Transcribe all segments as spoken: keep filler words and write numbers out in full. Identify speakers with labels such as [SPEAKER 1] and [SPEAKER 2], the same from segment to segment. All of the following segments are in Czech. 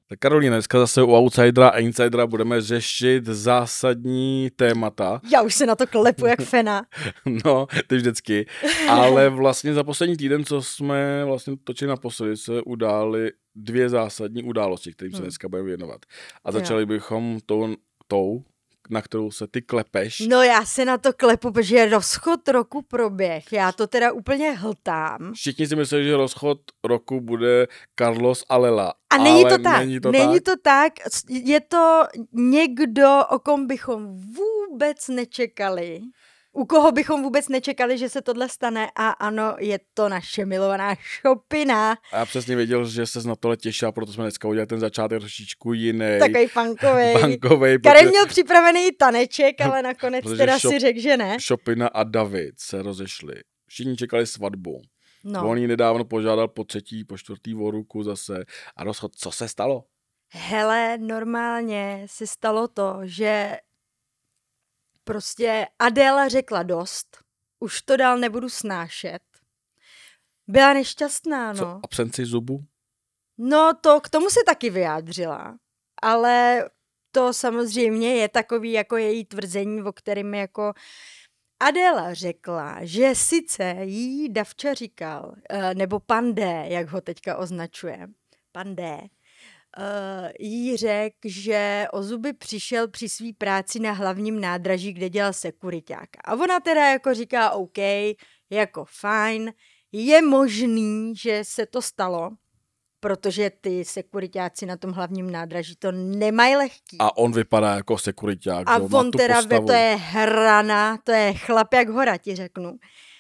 [SPEAKER 1] Tak Karolína, dneska zase u Outsidera a Insidera budeme řešit zásadní témata.
[SPEAKER 2] Já už se na to klepu jak fena.
[SPEAKER 1] No, ty vždycky. Ale vlastně za poslední týden, co jsme vlastně točili naposledy, se udály dvě zásadní události, kterým se
[SPEAKER 2] Hmm.
[SPEAKER 1] dneska budeme věnovat. A začali bychom tou, tou, na kterou se ty klepeš.
[SPEAKER 2] No já se na to klepu, protože rozchod roku proběh. Já to teda úplně hltám.
[SPEAKER 1] Všichni si myslí, že rozchod roku bude Carlos a Lela.
[SPEAKER 2] A není
[SPEAKER 1] ale
[SPEAKER 2] to tak.
[SPEAKER 1] Není to
[SPEAKER 2] není
[SPEAKER 1] tak.
[SPEAKER 2] to tak. Je to někdo, o kom bychom vůbec nečekali. U koho bychom vůbec nečekali, že se tohle stane, a ano, je to naše milovaná Šopina.
[SPEAKER 1] A já přesně věděl, že ses na tohle těšila, proto jsme dneska udělali ten začátek trošičku jiný.
[SPEAKER 2] Takový punkovej.
[SPEAKER 1] Bankovej.
[SPEAKER 2] Karen měl připravený taneček, ale nakonec
[SPEAKER 1] Protože
[SPEAKER 2] teda
[SPEAKER 1] šop-
[SPEAKER 2] si řekl, že ne.
[SPEAKER 1] Šopina a David se rozešli. Všichni čekali svatbu.
[SPEAKER 2] No.
[SPEAKER 1] On jí nedávno požádal po třetí, po čtvrtý o ruku zase. A rozchod, co se stalo?
[SPEAKER 2] Hele, normálně se stalo to, že prostě Adéla řekla dost, už to dál nebudu snášet. Byla nešťastná, no.
[SPEAKER 1] Co, absenci zubu?
[SPEAKER 2] No, to k tomu se taky vyjádřila, ale to samozřejmě je takový jako její tvrzení, o kterém jako Adéla řekla, že sice jí Davča říkal, nebo pan D, jak ho teďka označuje, pan D, Uh, jí řekl, že o zuby přišel při své práci na hlavním nádraží, kde dělal sekuriťáka. A ona teda jako říká, OK, jako fajn, je možný, že se to stalo, protože ty sekuriťáci na tom hlavním nádraží to nemají lehký.
[SPEAKER 1] A on vypadá jako sekuriťák.
[SPEAKER 2] A
[SPEAKER 1] že?
[SPEAKER 2] on
[SPEAKER 1] Má tu
[SPEAKER 2] teda,
[SPEAKER 1] postavu.
[SPEAKER 2] to je hrana, to je chlap jak hora, ti řeknu.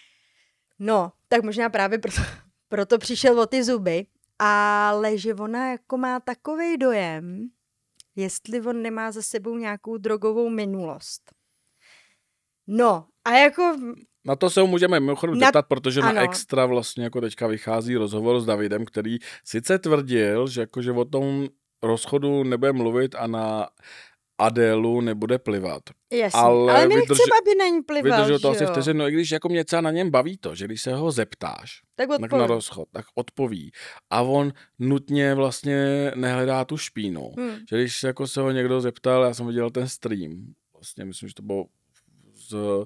[SPEAKER 2] No, tak možná právě proto, proto přišel o ty zuby. Ale že ona jako má takovej dojem, jestli on nemá za sebou nějakou drogovou minulost. No, a jako...
[SPEAKER 1] Na to se ho můžeme mimochodem
[SPEAKER 2] na...
[SPEAKER 1] zeptat, protože
[SPEAKER 2] ano.
[SPEAKER 1] na Extra vlastně jako teďka vychází rozhovor s Davidem, který sice tvrdil, že, jako, že o tom rozchodu nebude mluvit a na Adélu nebude plivat.
[SPEAKER 2] Jasně,
[SPEAKER 1] ale,
[SPEAKER 2] ale my
[SPEAKER 1] vydrži...
[SPEAKER 2] nechceme, aby na ní plival,
[SPEAKER 1] vydržel to
[SPEAKER 2] že
[SPEAKER 1] asi
[SPEAKER 2] jo?
[SPEAKER 1] vteřin, no i když jako mě třeba na něm baví to, že když se ho zeptáš,
[SPEAKER 2] tak,
[SPEAKER 1] tak na rozchod, tak odpoví. A on nutně vlastně nehledá tu špínu.
[SPEAKER 2] Hmm.
[SPEAKER 1] Že když se, jako se ho někdo zeptal, já jsem viděl ten stream, vlastně myslím, že to bylo z uh,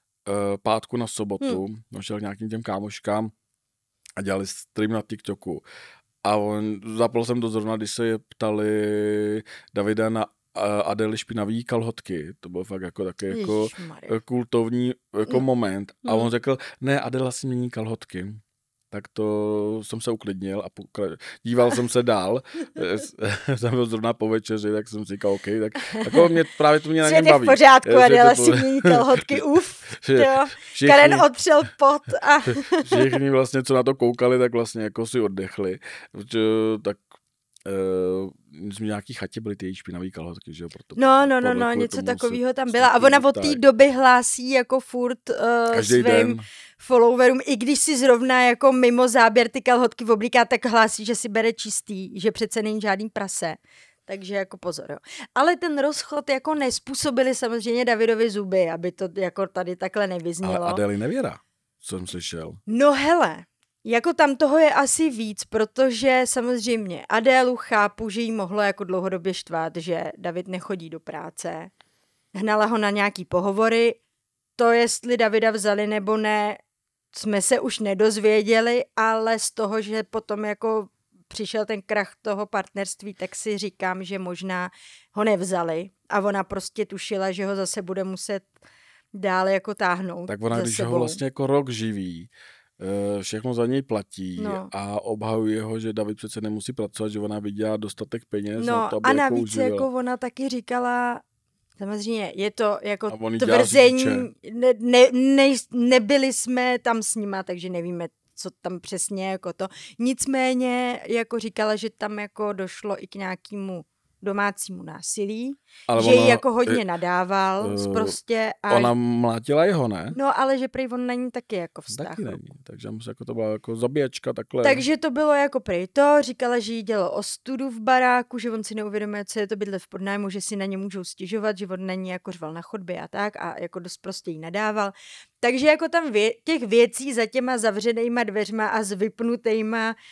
[SPEAKER 1] pátku na sobotu, hmm. no šel k nějakým těm kámoškám a dělali stream na TikToku. A on, zapl jsem to zrovna, když se je ptali Davida na Adély špinavý kalhotky. To byl fakt jako taky jako
[SPEAKER 2] Ježišmarja.
[SPEAKER 1] kultovní jako
[SPEAKER 2] No.
[SPEAKER 1] moment. A
[SPEAKER 2] No.
[SPEAKER 1] on řekl, ne, Adéla si mění kalhotky. Tak to jsem se uklidnil a pokle... díval jsem se dál. Jsem byl zrovna po večeři, tak jsem si říkal, OK, tak jako mě, právě to mě na něm baví.
[SPEAKER 2] Svět je v pořádku,
[SPEAKER 1] Je,
[SPEAKER 2] Adéla
[SPEAKER 1] to-
[SPEAKER 2] si mění kalhotky, uf.
[SPEAKER 1] Že
[SPEAKER 2] Jo.
[SPEAKER 1] všichni,
[SPEAKER 2] Karen otřel pot a...
[SPEAKER 1] všichni vlastně, co na to koukali, tak vlastně jako si oddechli. Protože, tak Uh, v nějaký chatě byly ty její špinavý kalhotky, že jo? Proto,
[SPEAKER 2] No, no, no,
[SPEAKER 1] podle
[SPEAKER 2] no,
[SPEAKER 1] kvůli
[SPEAKER 2] něco
[SPEAKER 1] tomu
[SPEAKER 2] takového
[SPEAKER 1] se-
[SPEAKER 2] tam
[SPEAKER 1] se
[SPEAKER 2] byla. A
[SPEAKER 1] taky
[SPEAKER 2] ona od té
[SPEAKER 1] tak.
[SPEAKER 2] doby hlásí jako furt uh,
[SPEAKER 1] Každý
[SPEAKER 2] svým
[SPEAKER 1] den.
[SPEAKER 2] followerům, i když si zrovna jako mimo záběr ty kalhotky oblíká, tak hlásí, že si bere čistý, že přece není žádný prase. Takže jako pozor, jo. Ale ten rozchod jako nespůsobili samozřejmě Davidovi zuby, aby to jako tady takhle nevyznělo.
[SPEAKER 1] Ale Adély nevěra, co jsem slyšel.
[SPEAKER 2] No hele, jako tam toho je asi víc, protože samozřejmě Adélu chápu, že jí mohlo jako dlouhodobě štvát, že David nechodí do práce. Hnala ho na nějaký pohovory. To, jestli Davida vzali nebo ne, jsme se už nedozvěděli, ale z toho, že potom jako přišel ten krach toho partnerství, tak si říkám, že možná ho nevzali a ona prostě tušila, že ho zase bude muset dál jako táhnout.
[SPEAKER 1] Tak ona,
[SPEAKER 2] za
[SPEAKER 1] když
[SPEAKER 2] sebou.
[SPEAKER 1] ho vlastně jako rok živí, eh, všechno za něj platí
[SPEAKER 2] No.
[SPEAKER 1] a obhajuje ho, že David přece nemusí pracovat, že ona vydělá dostatek peněz na
[SPEAKER 2] No
[SPEAKER 1] to, aby
[SPEAKER 2] a
[SPEAKER 1] jako
[SPEAKER 2] navíc
[SPEAKER 1] uživila.
[SPEAKER 2] jako ona taky říkala, samozřejmě je to jako
[SPEAKER 1] A on jí dělá
[SPEAKER 2] tvrzení,
[SPEAKER 1] řidiče.
[SPEAKER 2] ne, ne, ne, nebyli jsme tam s nima, takže nevíme, co tam přesně jako to. Nicméně jako říkala, že tam jako došlo i k nějakému domácímu násilí,
[SPEAKER 1] Ale
[SPEAKER 2] že
[SPEAKER 1] ona,
[SPEAKER 2] jí jako hodně
[SPEAKER 1] eh,
[SPEAKER 2] nadával
[SPEAKER 1] eh,
[SPEAKER 2] prostě. A,
[SPEAKER 1] Ona mlátila jeho, ne?
[SPEAKER 2] no ale že prý on na ní taky jako vztah.
[SPEAKER 1] Taky není. Takže musí jako to byla jako zabíječka takhle.
[SPEAKER 2] Takže to bylo jako prý to, říkala, že jí dělalo ostudu v baráku, že on si neuvědomuje, co je to bydlet v podnájmu, že si na ně můžou stěžovat, že on na ní jako řval na chodbě a tak a jako dost prostě jí nadával. Takže jako tam vě- těch věcí za těma zavřenýma dveřma a s vypnutýma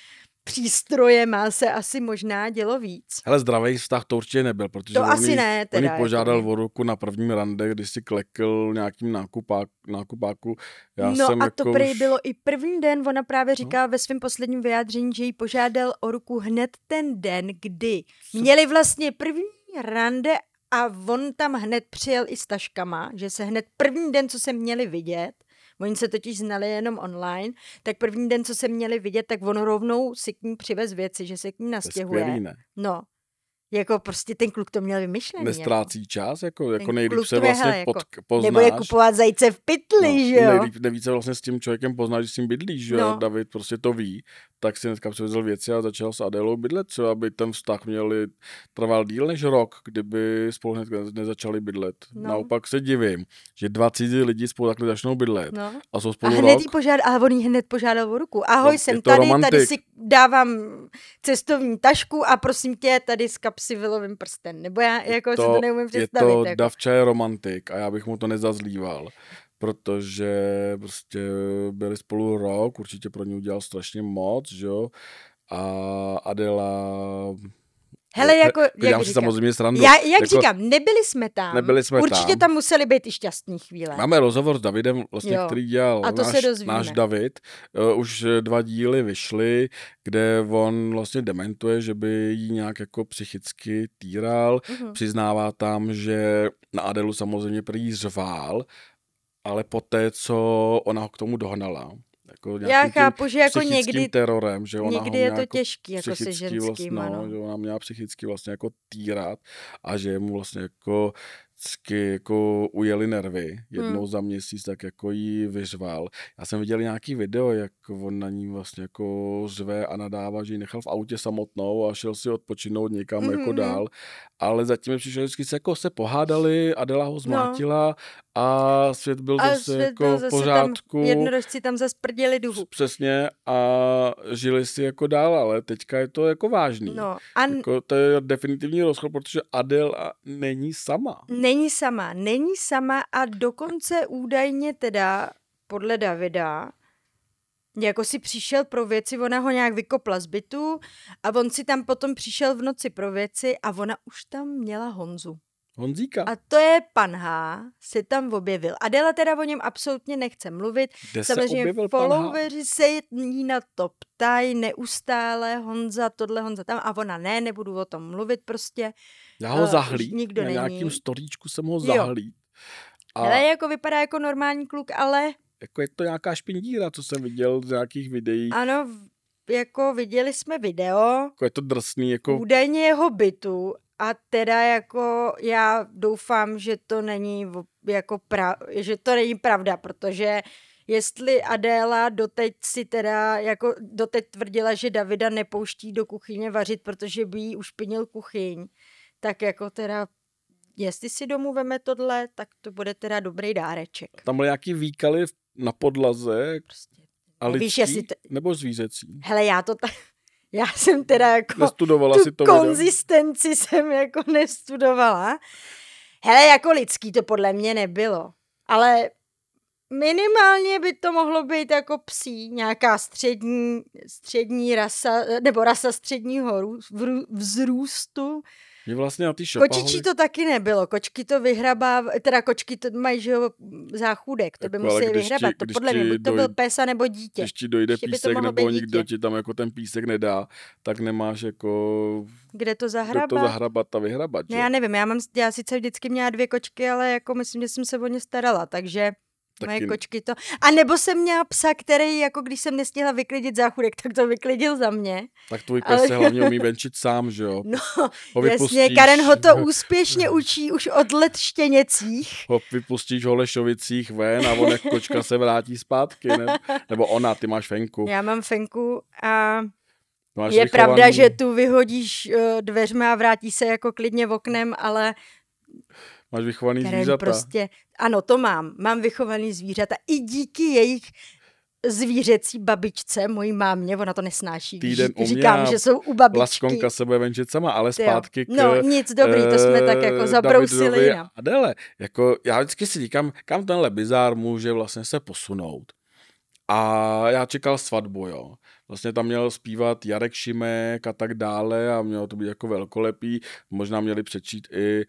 [SPEAKER 2] přístrojem se asi možná dělo víc.
[SPEAKER 1] Hele, zdravý vztah to určitě nebyl, protože
[SPEAKER 2] to
[SPEAKER 1] on,
[SPEAKER 2] asi
[SPEAKER 1] jí,
[SPEAKER 2] ne, teda,
[SPEAKER 1] on jí požádal
[SPEAKER 2] jako...
[SPEAKER 1] o ruku na prvním rande, když si klekl nějakým nákupák, nákupáku. Já
[SPEAKER 2] no
[SPEAKER 1] jsem
[SPEAKER 2] a
[SPEAKER 1] jako
[SPEAKER 2] to prý
[SPEAKER 1] už...
[SPEAKER 2] bylo i první den, ona právě říká no. ve svém posledním vyjádření, že jí požádal o ruku hned ten den, kdy Co? měli vlastně první rande a on tam hned přijel i s taškama, že se hned první den, co se měli vidět, oni se totiž znali jenom online, tak první den, co se měli vidět, tak on rovnou si k ní přivez věci, že se k ní nastěhuje.
[SPEAKER 1] Skvělý, ne?
[SPEAKER 2] No. Jako prostě ten kluk to měl vymyšlený.
[SPEAKER 1] Nestrácí jako. čas, jako, jako nejlíp se
[SPEAKER 2] je,
[SPEAKER 1] vlastně
[SPEAKER 2] hele,
[SPEAKER 1] pod,
[SPEAKER 2] jako,
[SPEAKER 1] poznáš.
[SPEAKER 2] Nebo je kupovat zajíce v pytli, no, že jo?
[SPEAKER 1] Nejlíp, nejvíc se vlastně s tím člověkem poznáš, že s tím bydlíš, že jo? No. David prostě to ví, tak si dneska přivezl věci a začal s Adélou bydlet, co aby ten vztah měli, trval díl než rok, kdyby spolu hned nezačali bydlet. No. Naopak se divím, že dva cizí lidi spolu takhle začnou bydlet
[SPEAKER 2] no.
[SPEAKER 1] a jsou spolu
[SPEAKER 2] a hned
[SPEAKER 1] rok.
[SPEAKER 2] Jí požádal, ale on jí hned požádal o ruku. Ahoj, no, jsem
[SPEAKER 1] to
[SPEAKER 2] tady,
[SPEAKER 1] romantik.
[SPEAKER 2] Tady si dávám cestovní tašku a prosím tě, tady z kapsy vylovím prsten. Nebo já jako to, si to neumím představit.
[SPEAKER 1] Je to
[SPEAKER 2] jako.
[SPEAKER 1] Davča je romantik a já bych mu to nezazlíval, protože prostě byli spolu rok, určitě pro ní udělal strašně moc, že jo, a Adela...
[SPEAKER 2] Hele, jako, jak
[SPEAKER 1] říkám
[SPEAKER 2] říkám,
[SPEAKER 1] samozřejmě srandu.
[SPEAKER 2] Já, jak
[SPEAKER 1] jako,
[SPEAKER 2] říkám, nebyli jsme tam.
[SPEAKER 1] Nebyli jsme
[SPEAKER 2] Určitě
[SPEAKER 1] tam.
[SPEAKER 2] tam museli být i šťastný chvíle.
[SPEAKER 1] Máme rozhovor s Davidem, vlastně, jo. který dělal
[SPEAKER 2] a to
[SPEAKER 1] náš,
[SPEAKER 2] se dozvíme.
[SPEAKER 1] náš David. Uh, už dva díly vyšly, kde on vlastně dementuje, že by jí nějak jako psychicky týral. Uh-huh. Přiznává tam, že na Adelu samozřejmě prý řvál, ale poté, co ona ho k tomu dohnala. Jako
[SPEAKER 2] já chápu, že jako někdy,
[SPEAKER 1] terorem, že ona
[SPEAKER 2] někdy je to těžký jako se ženským,
[SPEAKER 1] vlastně, no, že ona měla psychicky vlastně jako týrat a že mu vlastně jako jako ujeli nervy jednou hmm. za měsíc, tak jako jí vyřval. Já jsem viděl nějaký video, jak on na ní vlastně jako řve a nadává, že ji nechal v autě samotnou a šel si odpočinout někam mm-hmm. jako dál. Ale zatím přišel vždycky se jako se pohádali, Adela ho zmátila no. a svět byl a zase svět jako byl zase v pořádku.
[SPEAKER 2] Jednorožci tam zase prděli duhu.
[SPEAKER 1] Přesně a žili si jako dál, ale teďka je to jako vážný.
[SPEAKER 2] No. A
[SPEAKER 1] jako, to je definitivní rozchod, protože Adela není sama.
[SPEAKER 2] Není sama, není sama a dokonce údajně teda podle Davida jako si přišel pro věci, ona ho nějak vykopla z bytu a on si tam potom přišel v noci pro věci a ona už tam měla Honzu.
[SPEAKER 1] Honzíka.
[SPEAKER 2] A to je pan H, se tam objevil. Adela teda o něm absolutně nechce mluvit.
[SPEAKER 1] Kde samozřejmě
[SPEAKER 2] followeri se jí na to ptají neustále, Honza, tohle Honza tam a ona ne, nebudu o tom mluvit prostě.
[SPEAKER 1] Já ho zahlíd,
[SPEAKER 2] nikdo
[SPEAKER 1] na
[SPEAKER 2] není.
[SPEAKER 1] nějakým storíčku jsem ho zahlíd.
[SPEAKER 2] A... Ale jako vypadá jako normální kluk, ale...
[SPEAKER 1] Jako je to nějaká špindíra, co jsem viděl z nějakých videí.
[SPEAKER 2] Ano, jako viděli jsme video.
[SPEAKER 1] Jako je to drsný, jako...
[SPEAKER 2] Údajně jeho bytu a teda jako já doufám, že to není jako pra... že to není pravda, protože jestli Adéla doteď si teda jako doteď tvrdila, že Davida nepouští do kuchyně vařit, protože by jí ušpinil kuchyň, tak jako teda jestli si domů veme tohle, tak to bude teda dobrý dáreček.
[SPEAKER 1] Tam byly nějaký výkaly na podlaze prostě. A lidský, Víš, to... nebo zvířecí?
[SPEAKER 2] Hele, já to tak... Já jsem teda jako...
[SPEAKER 1] Nestudovala
[SPEAKER 2] tu
[SPEAKER 1] si to
[SPEAKER 2] konzistenci video. Jsem jako nestudovala. Hele, jako lidský to podle mě nebylo. Ale minimálně by to mohlo být jako psí. Nějaká střední, střední rasa, nebo rasa středního vzrůstu.
[SPEAKER 1] Je vlastně na ty šopaholi...
[SPEAKER 2] Kočičí to taky nebylo. Kočky to vyhrabá, teda kočky to mají, že jo, záchůdek. To by jako, museli vyhrabat. To podle mě, buď to byl pes nebo dítě.
[SPEAKER 1] Když ti dojde ještě písek, nebo nikdo ti tam jako ten písek nedá, tak nemáš jako...
[SPEAKER 2] Kde to zahrabat?
[SPEAKER 1] Kde to zahrabat a vyhrabat, že?
[SPEAKER 2] Ne, já nevím, já, mám, já sice vždycky měla dvě kočky, ale jako myslím, že jsem se o ně starala, takže... Taky... Moje kočky to... A nebo jsem měla psa, který, jako když jsem nestihla vyklidit záchůdek, tak to vyklidil za mě.
[SPEAKER 1] Tak tvůj pes ale... se hlavně umí venčit sám, že jo?
[SPEAKER 2] No, ho jasně, Karen ho to úspěšně učí už od let štěněcích.
[SPEAKER 1] Ho vypustíš ho lešovicích ven a on jak kočka se vrátí zpátky, ne? Nebo ona, ty máš Fenku.
[SPEAKER 2] Já mám Fenku a...
[SPEAKER 1] Máš
[SPEAKER 2] je
[SPEAKER 1] vychovaný...
[SPEAKER 2] pravda, že tu vyhodíš uh, dveřma a vrátí se jako klidně v oknem, ale...
[SPEAKER 1] Máš vychovaný
[SPEAKER 2] Karen
[SPEAKER 1] zvířata.
[SPEAKER 2] Prostě, ano, to mám. Mám vychovaný zvířata. I díky jejich zvířecí babičce, mojí mámě, ona to nesnáší.
[SPEAKER 1] Týden
[SPEAKER 2] Když říkám, že jsou u babičky.
[SPEAKER 1] Laskonka se bude venčit sama, ale zpátky k...
[SPEAKER 2] No nic, dobrý, to jsme tak jako zabrousili jinam.
[SPEAKER 1] Adele, jako já vždycky si říkám, kam tenhle bizár může vlastně se posunout. A já čekal svatbu, jo. Vlastně tam měl zpívat Jarek Šimek a tak dále a mělo to být jako velkolepý. Možná měli přečít i e,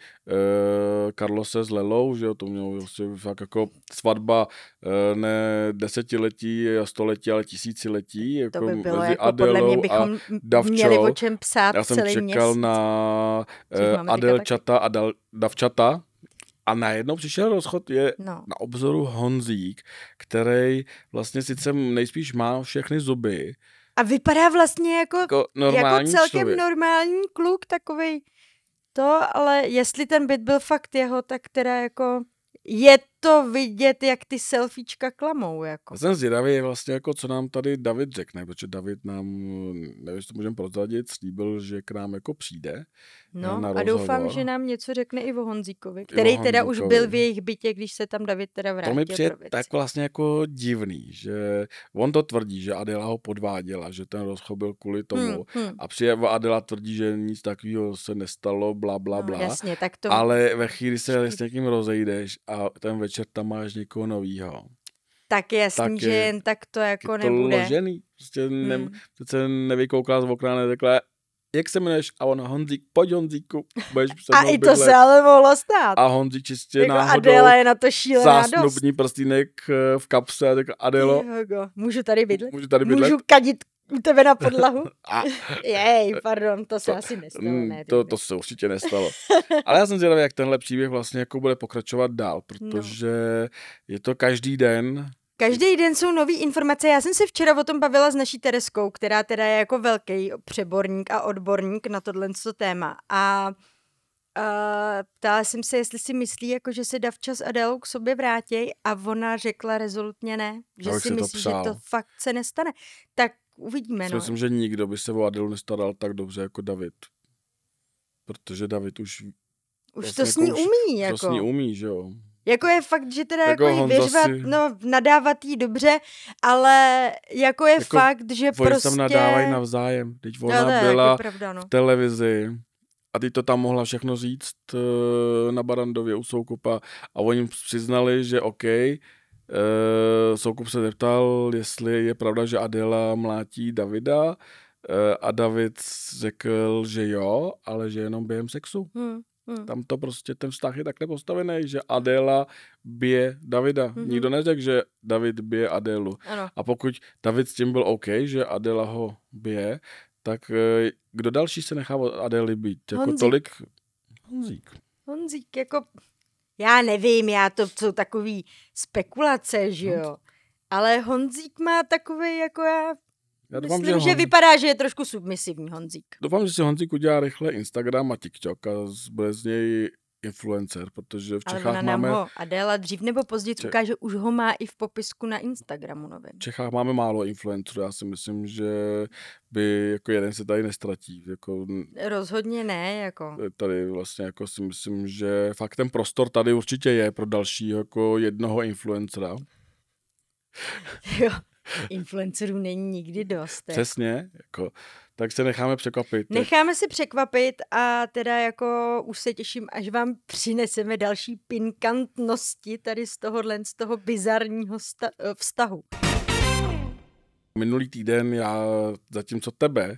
[SPEAKER 1] Carlose s Lelou, že jo, to mělo vlastně fakt jako svatba e, ne desetiletí a století, ale tisíciletí. Jako
[SPEAKER 2] to by bylo
[SPEAKER 1] mezi
[SPEAKER 2] jako
[SPEAKER 1] Adelou
[SPEAKER 2] podle mě bychom
[SPEAKER 1] Davčou.
[SPEAKER 2] měli o čem psát
[SPEAKER 1] Já jsem
[SPEAKER 2] celý
[SPEAKER 1] čekal
[SPEAKER 2] měsíc.
[SPEAKER 1] na e, Adelčata a Dal, Davčata. A najednou přišel rozchod, je
[SPEAKER 2] no.
[SPEAKER 1] na obzoru Honzík, který vlastně sice nejspíš má všechny zuby.
[SPEAKER 2] A vypadá vlastně jako,
[SPEAKER 1] jako, normální
[SPEAKER 2] jako celkem
[SPEAKER 1] člověk.
[SPEAKER 2] Normální kluk, takovej to, ale jestli ten byt byl fakt jeho, tak teda jako je to vidět, jak ty selfiečka klamou. Jako.
[SPEAKER 1] Já jsem zvědavý vlastně, jako, co nám tady David řekne, protože David nám, nevím, jestli to můžeme prozradit, slíbil, že k nám jako přijde.
[SPEAKER 2] No
[SPEAKER 1] na
[SPEAKER 2] a doufám, že nám něco řekne i o Honzíkovi, který
[SPEAKER 1] o Honzíkovi.
[SPEAKER 2] teda už byl v jejich bytě, když se tam David teda vrátil.
[SPEAKER 1] To mi přijde tak vlastně jako divný, že on to tvrdí, že Adela ho podváděla, že ten rozchod byl kvůli tomu
[SPEAKER 2] hmm, hmm.
[SPEAKER 1] a přijde Adela tvrdí, že nic takového se nestalo, bla, bla, bla.
[SPEAKER 2] No, jasně, tak to...
[SPEAKER 1] Ale ve chvíli se s někým rozejdeš a ten večer tam máš někoho novýho.
[SPEAKER 2] Tak jasný, tak že jen tak to jako
[SPEAKER 1] je to
[SPEAKER 2] nebude.
[SPEAKER 1] Ložený. Prostě
[SPEAKER 2] hmm.
[SPEAKER 1] ne, přece nevykoukala z okna, neřekla, jak se jmenuješ? A ona, Honzík, pojď Honzíku.
[SPEAKER 2] A i to bydlet. Se ale mohlo stát.
[SPEAKER 1] A Honzík čistě
[SPEAKER 2] jako
[SPEAKER 1] náhodou
[SPEAKER 2] Adela je na to šílená dost.
[SPEAKER 1] zásnubní prstínek v kapse a řekla, Adelo,
[SPEAKER 2] Jogo. Můžu tady bydlet?
[SPEAKER 1] Můžu tady bydlet?
[SPEAKER 2] Můžu kadit u tebe na podlahu? a... Jej, pardon, to se to, asi nestalo. Ne,
[SPEAKER 1] to, to se určitě nestalo. Ale já jsem zvědavý, jak tenhle příběh vlastně jako bude pokračovat dál, protože no. je to každý den.
[SPEAKER 2] Každý den jsou nové informace. Já jsem se včera o tom bavila s naší Tereskou, která teda je jako velký přeborník a odborník na tohle téma. A uh, ptala jsem se, jestli si myslí, jako, že se Davča s Adelou k sobě vrátí, a ona řekla rezolutně ne. Že si myslí, že to fakt se nestane. Tak uvidíme.
[SPEAKER 1] Já
[SPEAKER 2] no.
[SPEAKER 1] myslím, že nikdo by se o Adelu nestaral tak dobře jako David. Protože David už...
[SPEAKER 2] Už vlastně to s ní jako, umí. Jako.
[SPEAKER 1] To s ní umí, že jo.
[SPEAKER 2] Jako je fakt, že teda jako, jako věřvat, si... no nadávat jí dobře, ale jako je jako fakt, že prostě... Oni
[SPEAKER 1] tam nadávají navzájem. Teď ona
[SPEAKER 2] no,
[SPEAKER 1] byla
[SPEAKER 2] pravda, no.
[SPEAKER 1] v televizi a teď to tam mohla všechno říct na Barandově u Soukupa a oni přiznali, že OK, Soukup se zeptal, jestli je pravda, že Adela mlátí Davida a David řekl, že jo, ale že jenom během sexu. Hmm. Hmm. Tam to prostě, ten vztah je takhle postavený, že Adela bije Davida. Hmm. Nikdo neřekl, že David bije Adelu.
[SPEAKER 2] Ano.
[SPEAKER 1] A pokud David s tím byl OK, že Adela ho bije, tak kdo další se nechá od Adely být? Jako
[SPEAKER 2] Honzík.
[SPEAKER 1] tolik... Honzík.
[SPEAKER 2] Honzík, jako... Já nevím, já to jsou takový spekulace, že jo. Ale Honzík má takový, jako já... Já doufám, Myslím, že, že Hon... vypadá, že je trošku submisivní Honzík.
[SPEAKER 1] Doufám, že si Honzík udělá rychle Instagram a TikTok a bude z něj influencer, protože v Čechách
[SPEAKER 2] Ale ona
[SPEAKER 1] máme...
[SPEAKER 2] nám ho Adela dřív nebo později Če... ukáže, už ho má i v popisku na Instagramu novém.
[SPEAKER 1] V Čechách máme málo influencerů, já si myslím, že by jako jeden se tady nestratí. Jako...
[SPEAKER 2] Rozhodně ne, jako...
[SPEAKER 1] Tady vlastně jako si myslím, že fakt ten prostor tady určitě je pro dalšího jako jednoho influencera.
[SPEAKER 2] Jo. Influencerů není nikdy dost.
[SPEAKER 1] Přesně, jako, tak se necháme překvapit.
[SPEAKER 2] Necháme se překvapit a teda jako už se těším, až vám přineseme další pinkantnosti tady z tohohle, z toho bizarního sta- vztahu.
[SPEAKER 1] Minulý týden já, zatímco tebe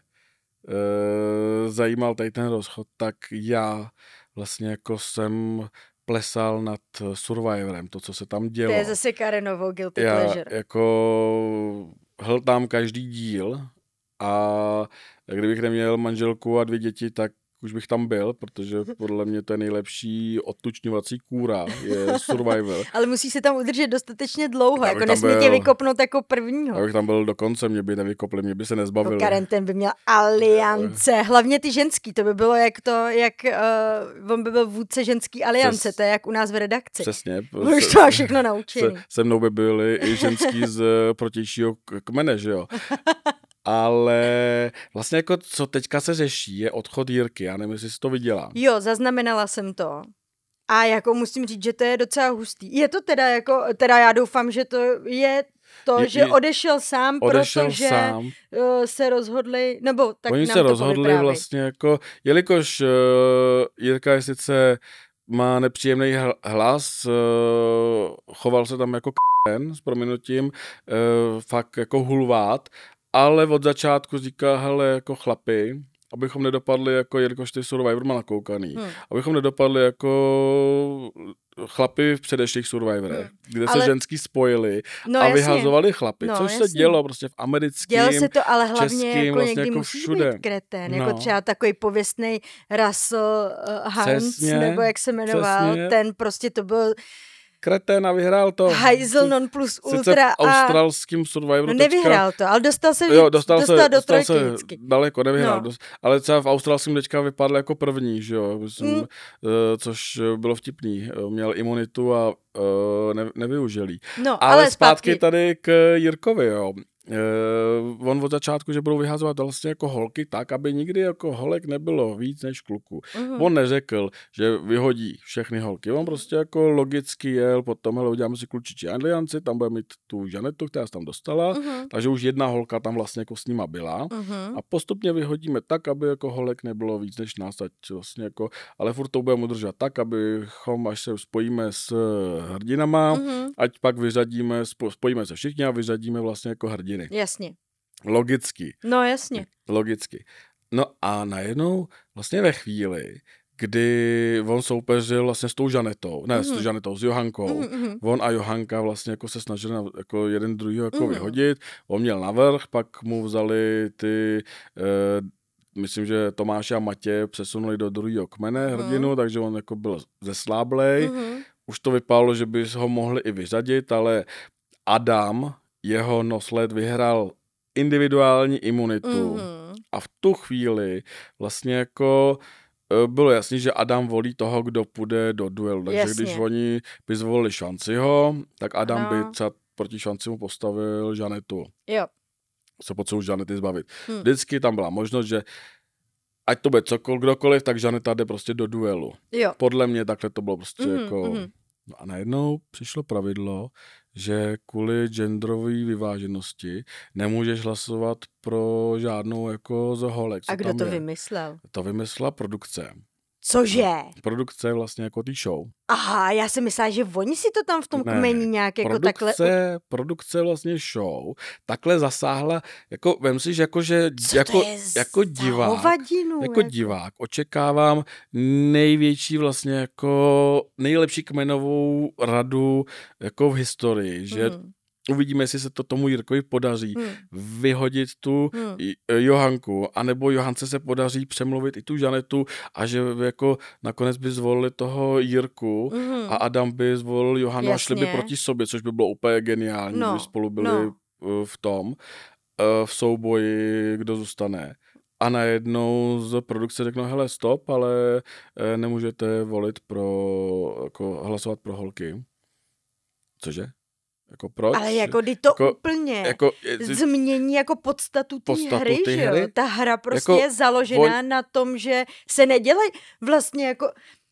[SPEAKER 1] e, zajímal tady ten rozchod, tak já vlastně jako jsem plesal nad Survivorem, to, co se tam dělo.
[SPEAKER 2] To je zase Karenovo guilty
[SPEAKER 1] Já
[SPEAKER 2] pleasure.
[SPEAKER 1] jako hltám každý díl a kdybych neměl manželku a dvě děti, tak už bych tam byl, protože podle mě to je nejlepší odtučňovací kůra, je Survivor.
[SPEAKER 2] Ale musí se tam udržet dostatečně dlouho, jako nesmí tě vykopnout jako prvního.
[SPEAKER 1] Abych tam byl do konce, mě by nevykopli, mě by se nezbavili.
[SPEAKER 2] No, Karen, ten by měl aliance, hlavně ty ženský, to by bylo jak to, jak uh, on by byl vůdce ženský aliance, Přes, to je jak u nás v redakci.
[SPEAKER 1] Přesně.
[SPEAKER 2] Už to má všechno naučený.
[SPEAKER 1] Se, se mnou by byli i ženský z protějšího kmene, že jo. Ale vlastně jako co teďka se řeší, je odchod Jirky. Já nevím, jestli jsi to viděla.
[SPEAKER 2] Jo, zaznamenala jsem to. A jako musím říct, že to je docela hustý. Je to teda jako, teda já doufám, že to je to, je, že odešel sám,
[SPEAKER 1] odešel
[SPEAKER 2] protože
[SPEAKER 1] sám.
[SPEAKER 2] se rozhodli, nebo tak
[SPEAKER 1] Oni
[SPEAKER 2] nám
[SPEAKER 1] se
[SPEAKER 2] to
[SPEAKER 1] rozhodli
[SPEAKER 2] povyprávěj.
[SPEAKER 1] vlastně jako, jelikož uh, Jirka je sice má nepříjemný hlas, choval se tam jako k***en, s prominutím, fakt jako hulvát, ale od začátku říká, hele, jako chlapi, abychom nedopadli jako, jelikož ty Survivor má nakoukaný, hmm. abychom nedopadli jako chlapi v předešlých Survivorech, hmm. kde se ale... ženský spojili no, a vyhazovali chlapy, no, což jasně. se dělo prostě v americkém,
[SPEAKER 2] dělo se to, ale hlavně
[SPEAKER 1] českým,
[SPEAKER 2] jako
[SPEAKER 1] vlastně
[SPEAKER 2] někdy
[SPEAKER 1] jako
[SPEAKER 2] musí
[SPEAKER 1] všude.
[SPEAKER 2] být kretén,
[SPEAKER 1] no.
[SPEAKER 2] jako třeba takový pověstný Russell uh, Hines, přesně, nebo jak se jmenoval, přesně. ten prostě to byl
[SPEAKER 1] kretén a vyhrál to.
[SPEAKER 2] Hajzel non plus ultra
[SPEAKER 1] a... australským Survivoru.
[SPEAKER 2] No nevyhrál to, ale dostal se,
[SPEAKER 1] jo, dostal
[SPEAKER 2] dostal
[SPEAKER 1] se,
[SPEAKER 2] do
[SPEAKER 1] dostal
[SPEAKER 2] trojky
[SPEAKER 1] se
[SPEAKER 2] vždycky.
[SPEAKER 1] daleko, nevyhrál.
[SPEAKER 2] No.
[SPEAKER 1] Dost, ale třeba v australském teďka vypadl jako první, že jo, myslím, mm. uh, což bylo vtipný. Měl imunitu a uh, ne, nevyužil jí.
[SPEAKER 2] No,
[SPEAKER 1] ale,
[SPEAKER 2] ale
[SPEAKER 1] zpátky... zpátky tady k Jirkovi, jo. Uh, on od začátku, že budou vyhazovat vlastně jako holky tak, aby nikdy jako holek nebylo víc než kluků. Uh-huh. On neřekl, že vyhodí všechny holky. On prostě jako logicky jel potom, hele, uděláme si klučičí alianci, tam bude mít tu Žanetu, která se tam dostala, uh-huh. takže už jedna holka tam vlastně jako s nima byla uh-huh. a postupně vyhodíme tak, aby jako holek nebylo víc než nás, ať vlastně jako, ale furt to budeme udržet tak, abychom, až se spojíme s hrdinama, uh-huh. ať pak vyřadíme, spojíme se všichni a vyřadíme vlastně jako hrdiny.
[SPEAKER 2] Jasně.
[SPEAKER 1] Logicky.
[SPEAKER 2] No jasně.
[SPEAKER 1] Logicky. No a najednou vlastně ve chvíli, kdy on soupeřil vlastně s tou Žanetou, ne mm-hmm. s Žanetou, s Johankou, mm-hmm. on a Johanka vlastně jako se snažili na, jako jeden druhýho jako mm-hmm. vyhodit, on měl navrch, pak mu vzali ty, eh, myslím, že Tomáše a Matě přesunuli do druhého kmene mm-hmm. hrdinu, takže on jako byl zesláblej, mm-hmm. už to vypadalo, že by ho mohli i vyřadit, ale Adam jeho nosled vyhrál individuální imunitu mm-hmm. a v tu chvíli vlastně jako bylo jasný, že Adam volí toho, kdo půjde do duelu. Takže jasně. když oni by zvolili Šanciho, tak Adam no. by třeba proti Šancimu postavil Žanetu.
[SPEAKER 2] Jo.
[SPEAKER 1] Se potřebuji Žanety zbavit. Hmm. Vždycky tam byla možnost, že ať to bude cokoliv, kdokoliv, tak Žaneta jde prostě do duelu.
[SPEAKER 2] Jo.
[SPEAKER 1] Podle mě takhle to bylo prostě mm-hmm, jako...
[SPEAKER 2] Mm-hmm.
[SPEAKER 1] No a najednou přišlo pravidlo, že kvůli genderové vyváženosti nemůžeš hlasovat pro žádnou jako z holek.
[SPEAKER 2] A kdo to je. vymyslel?
[SPEAKER 1] To vymyslela produkce.
[SPEAKER 2] Cože?
[SPEAKER 1] Produkce vlastně jako tý show.
[SPEAKER 2] Aha, já si myslela, že oni si to tam v tom
[SPEAKER 1] ne,
[SPEAKER 2] kmeni nějak jako
[SPEAKER 1] produkce,
[SPEAKER 2] takhle...
[SPEAKER 1] Produkce vlastně show takhle zasáhla, jako vem si, že jako, že jako, jako divák,
[SPEAKER 2] hovadinu,
[SPEAKER 1] jako, jako divák očekávám největší vlastně jako nejlepší kmenovou radu jako v historii, že mm. uvidíme, jestli se to tomu Jirkovi podaří hmm. vyhodit tu hmm. Johanku, anebo Johance se podaří přemluvit i tu Žanetu a že jako nakonec by zvolili toho Jirku hmm. a Adam by zvolil Johanu Jasně. a šli by proti sobě, což by bylo úplně geniální, no. kdyby spolu byli no. v tom, v souboji, kdo zůstane. A najednou z produkce řeknou, hele, stop, ale nemůžete volit pro, jako hlasovat pro holky. Cože? Jako proč?
[SPEAKER 2] Ale jako kdy to jako, úplně jako, je, změní jako podstatu té hry, že hry? Jo? Ta hra prostě jako, je založená on... na tom, že se nedělají vlastně jako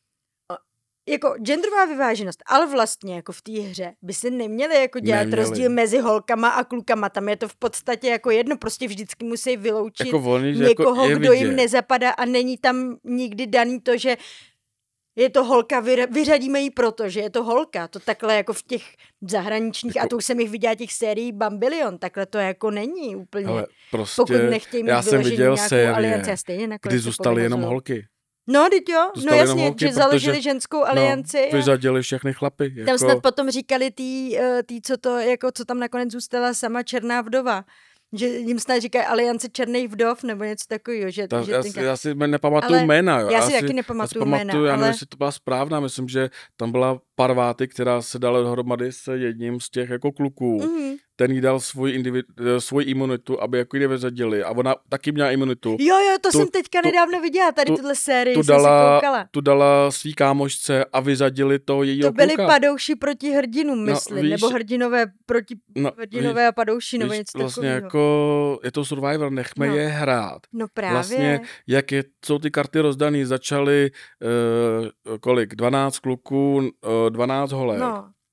[SPEAKER 2] jako genderová vyváženost, ale vlastně jako v té hře by se neměli jako dělat neměli. rozdíl mezi holkama a klukama, tam je to v podstatě jako jedno, prostě vždycky musí vyloučit
[SPEAKER 1] jako volný,
[SPEAKER 2] někoho,
[SPEAKER 1] jako
[SPEAKER 2] kdo jim nezapadá a není tam nikdy daný to, že je to holka, vyřadíme ji proto, že je to holka. To takhle jako v těch zahraničních, jako, a to už jsem jich viděla těch sérií bambilion, takhle to jako není úplně.
[SPEAKER 1] Ale prostě,
[SPEAKER 2] pokud nechtějí mít
[SPEAKER 1] já jsem viděl série,
[SPEAKER 2] alianci, stejně
[SPEAKER 1] kdy zůstaly jenom holky.
[SPEAKER 2] No, teď jo,
[SPEAKER 1] zůstaly
[SPEAKER 2] no jasně,
[SPEAKER 1] holky,
[SPEAKER 2] že založili ženskou alianci.
[SPEAKER 1] No, vyřadili všechny chlapy. Jako...
[SPEAKER 2] Tam snad potom říkali tý, tý, co to, jako co tam nakonec zůstala sama černá vdova. Že jim snad říkají aliance černých vdov, nebo něco takového. Že,
[SPEAKER 1] Ta,
[SPEAKER 2] že
[SPEAKER 1] já,
[SPEAKER 2] tenka...
[SPEAKER 1] já si nepamatuju jména. Jo.
[SPEAKER 2] Já si já taky nepamatuju jména.
[SPEAKER 1] Já nevím,
[SPEAKER 2] ale...
[SPEAKER 1] jestli to byla správná. Myslím, že tam byla Parváty, která se dala dohromady s jedním z těch jako kluků. Mm-hmm. Ten jí dal svůj, individu, svůj imunitu, aby jako ji nevyřadili. A ona taky měla imunitu.
[SPEAKER 2] Jo, jo, to tu, jsem teďka
[SPEAKER 1] tu,
[SPEAKER 2] nedávno viděla, tady
[SPEAKER 1] tu,
[SPEAKER 2] tuhle sérii
[SPEAKER 1] tu
[SPEAKER 2] jsem
[SPEAKER 1] dala,
[SPEAKER 2] si koukala.
[SPEAKER 1] Tu dala svý kámošce a vyřadili to jejího kluka.
[SPEAKER 2] To byli kluka. Padouši proti hrdinům, myslím. No, víš, nebo hrdinové proti
[SPEAKER 1] no,
[SPEAKER 2] hrdinové víš, a padouši, nebo něco
[SPEAKER 1] vlastně
[SPEAKER 2] takového.
[SPEAKER 1] jako je to Survivor, nechme no. je hrát.
[SPEAKER 2] No právě.
[SPEAKER 1] Vlastně, jak je, jsou ty karty rozdaný, začaly uh, kolik? dvanáct kluků, uh, dvanáct holek.
[SPEAKER 2] No.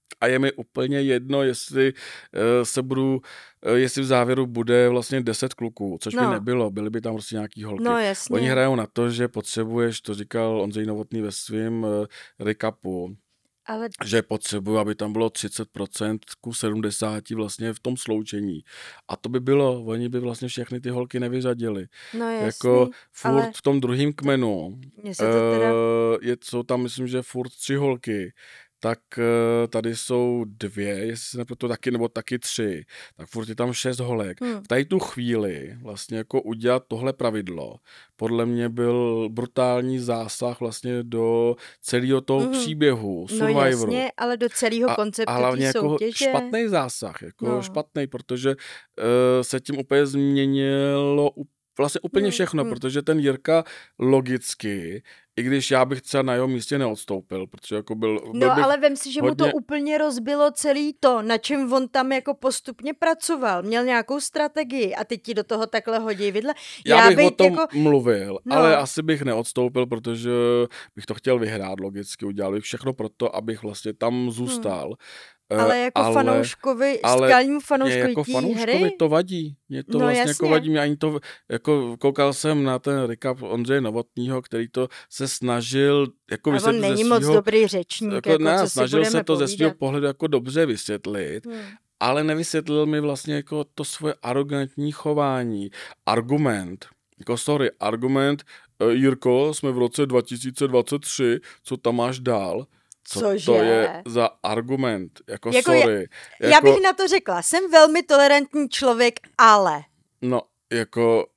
[SPEAKER 1] A je mi úplně jedno, jestli uh, se budu, uh, jestli v závěru bude vlastně deset kluků, což
[SPEAKER 2] No.
[SPEAKER 1] by nebylo, byly by tam prostě nějaký holky.
[SPEAKER 2] No jasně.
[SPEAKER 1] Oni hrajou na to, že potřebuješ, to říkal Ondřej Novotný ve svém uh, recapu,
[SPEAKER 2] Ale
[SPEAKER 1] že potřebuju, aby tam bylo třicet procent ku sedmdesáti vlastně v tom sloučení. A to by bylo, oni by vlastně všechny ty holky nevyřadili.
[SPEAKER 2] no jasný,
[SPEAKER 1] Jako furt
[SPEAKER 2] ale
[SPEAKER 1] v tom druhém kmenu
[SPEAKER 2] mně se to teda...
[SPEAKER 1] uh, je, jsou tam, myslím, že furt tři holky, tak uh, tady jsou dvě, jestli se nepletu taky, nebo taky tři, tak furt je tam šest holek.
[SPEAKER 2] Hmm.
[SPEAKER 1] V tady tu chvíli vlastně jako udělat tohle pravidlo, podle mě byl brutální zásah vlastně do celého toho
[SPEAKER 2] Mhm.
[SPEAKER 1] příběhu,
[SPEAKER 2] No
[SPEAKER 1] Survivoru.
[SPEAKER 2] jasně, ale do celého konceptu
[SPEAKER 1] A
[SPEAKER 2] té
[SPEAKER 1] hlavně jako
[SPEAKER 2] soutěže.
[SPEAKER 1] špatný zásah, jako
[SPEAKER 2] No.
[SPEAKER 1] špatný, protože uh, se tím úplně změnilo u- vlastně úplně
[SPEAKER 2] Hmm,
[SPEAKER 1] všechno,
[SPEAKER 2] hmm.
[SPEAKER 1] protože ten Jirka logicky, i když já bych třeba na jeho místě neodstoupil, protože jako byl, byl
[SPEAKER 2] No
[SPEAKER 1] bych,
[SPEAKER 2] ale vem si, že mu
[SPEAKER 1] hodně-
[SPEAKER 2] to úplně rozbilo celý to, na čem on tam jako postupně pracoval. Měl nějakou strategii a teď ti do toho takhle hodí vidle.
[SPEAKER 1] já bych
[SPEAKER 2] bych
[SPEAKER 1] o tom
[SPEAKER 2] jako...
[SPEAKER 1] mluvil,
[SPEAKER 2] No.
[SPEAKER 1] ale asi bych neodstoupil, protože bych to chtěl vyhrát logicky, udělal bych všechno pro to, abych vlastně tam zůstal. Eh,
[SPEAKER 2] Ale jako ale, fanouškovi,
[SPEAKER 1] ale
[SPEAKER 2] skalnímu
[SPEAKER 1] Mě
[SPEAKER 2] fanouškovi
[SPEAKER 1] jako
[SPEAKER 2] té
[SPEAKER 1] fanouškovi
[SPEAKER 2] hry.
[SPEAKER 1] to vadí. Mě to
[SPEAKER 2] No
[SPEAKER 1] vlastně
[SPEAKER 2] jasně.
[SPEAKER 1] jako vadí. Mě ani to, jako koukal jsem na ten recap Ondřeje Novotnýho, který to se snažil jako
[SPEAKER 2] A on
[SPEAKER 1] vysvětlit
[SPEAKER 2] není
[SPEAKER 1] ze
[SPEAKER 2] moc
[SPEAKER 1] svýho,
[SPEAKER 2] dobrý řečník,
[SPEAKER 1] jako,
[SPEAKER 2] jako,
[SPEAKER 1] ne,
[SPEAKER 2] co si
[SPEAKER 1] snažil
[SPEAKER 2] budeme
[SPEAKER 1] se to ze svého
[SPEAKER 2] povídat.
[SPEAKER 1] pohledu jako dobře vysvětlit,
[SPEAKER 2] Hmm.
[SPEAKER 1] ale nevysvětlil mi vlastně jako to svoje arrogantní chování. Argument, jako sorry, argument, uh, Jirko, jsme v roce dva tisíce dvacet tři, co tam máš dál? Co
[SPEAKER 2] Cože?
[SPEAKER 1] to je za argument? Jako,
[SPEAKER 2] Jako
[SPEAKER 1] sorry.
[SPEAKER 2] Já
[SPEAKER 1] Jako,
[SPEAKER 2] bych na to řekla, jsem velmi tolerantní člověk, ale...
[SPEAKER 1] No, jako,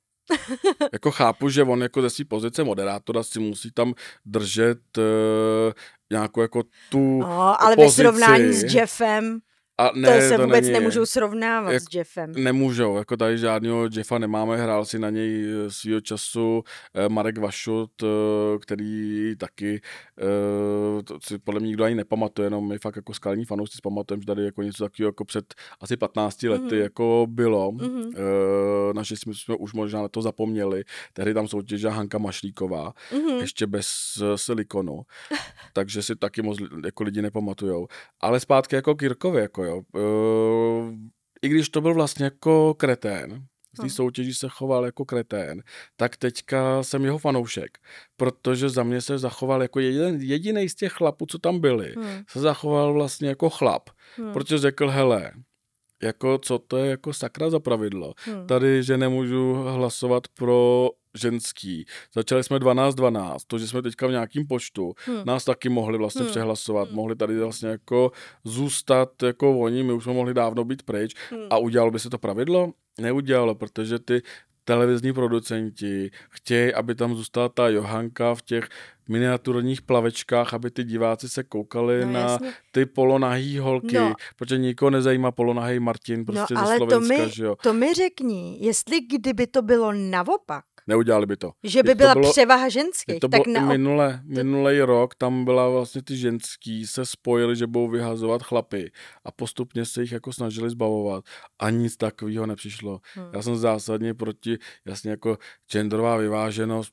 [SPEAKER 1] jako chápu, že on jako ze své pozice moderátora si musí tam držet uh, nějakou jako tu
[SPEAKER 2] No, ale
[SPEAKER 1] pozici.
[SPEAKER 2] ve srovnání s Jeffem,
[SPEAKER 1] A
[SPEAKER 2] to
[SPEAKER 1] ne,
[SPEAKER 2] se
[SPEAKER 1] to
[SPEAKER 2] vůbec
[SPEAKER 1] není,
[SPEAKER 2] nemůžou srovnávat
[SPEAKER 1] Jak-
[SPEAKER 2] s Jeffem.
[SPEAKER 1] Nemůžou, jako tady žádného Jeffa nemáme, hrál si na něj eh, svýho času eh, Marek Vašut, eh, který taky, eh, to si podle mě nikdo ani nepamatuje, jenom my fakt jako skalní fanoušci si pamatujeme, že tady jako něco takového jako před asi patnácti lety
[SPEAKER 2] Mhm.
[SPEAKER 1] jako bylo.
[SPEAKER 2] Mhm.
[SPEAKER 1] Eh, naši jsme, jsme už možná na to zapomněli, tehdy tam soutěžila Hanka Mašlíková,
[SPEAKER 2] Mhm.
[SPEAKER 1] ještě bez eh, silikonu, takže si taky moc li- jako lidi nepamatujou. Ale zpátky jako k Jirkovi, jako jo. Uh, I když to byl vlastně jako kretén, v té
[SPEAKER 2] Hmm.
[SPEAKER 1] soutěži se choval jako kretén, tak teďka jsem jeho fanoušek, protože za mě se zachoval jako jeden, jedinej z těch chlapů, co tam byli,
[SPEAKER 2] Hmm.
[SPEAKER 1] se zachoval vlastně jako chlap,
[SPEAKER 2] Hmm.
[SPEAKER 1] protože řekl, hele, jako co to je jako sakra za pravidlo.
[SPEAKER 2] Hmm.
[SPEAKER 1] Tady, že nemůžu hlasovat pro ženský. Začali jsme dvanáct dvanáct, to, že jsme teďka v nějakým počtu,
[SPEAKER 2] Hmm.
[SPEAKER 1] nás taky mohli vlastně
[SPEAKER 2] Hmm.
[SPEAKER 1] přehlasovat,
[SPEAKER 2] Hmm.
[SPEAKER 1] mohli tady vlastně jako zůstat jako oni, my už jsme mohli dávno být pryč
[SPEAKER 2] Hmm.
[SPEAKER 1] a udělalo by se to pravidlo? Neudělalo, protože ty televizní producenti chtějí, aby tam zůstala ta Johanka v těch miniaturních plavečkách, aby ty diváci se koukali
[SPEAKER 2] No,
[SPEAKER 1] na
[SPEAKER 2] jasně.
[SPEAKER 1] ty polonahý holky,
[SPEAKER 2] No.
[SPEAKER 1] protože nikoho nezajímá polonahý Martin prostě
[SPEAKER 2] No
[SPEAKER 1] ze
[SPEAKER 2] ale to
[SPEAKER 1] Slovenska,
[SPEAKER 2] mi,
[SPEAKER 1] že jo.
[SPEAKER 2] to mi řekni, jestli kdyby to bylo naopak,
[SPEAKER 1] Neudělali by to.
[SPEAKER 2] že by
[SPEAKER 1] Teď to
[SPEAKER 2] byla
[SPEAKER 1] bylo-
[SPEAKER 2] převaha
[SPEAKER 1] Teď
[SPEAKER 2] ženských,
[SPEAKER 1] to
[SPEAKER 2] tak
[SPEAKER 1] bylo i
[SPEAKER 2] na
[SPEAKER 1] minule, minulej rok, tam byla vlastně ty ženský se spojili, že budou vyhazovat chlapy a postupně se jich jako snažili zbavovat a nic takového nepřišlo.
[SPEAKER 2] Hmm.
[SPEAKER 1] Já jsem zásadně proti, jasně jako genderová vyváženost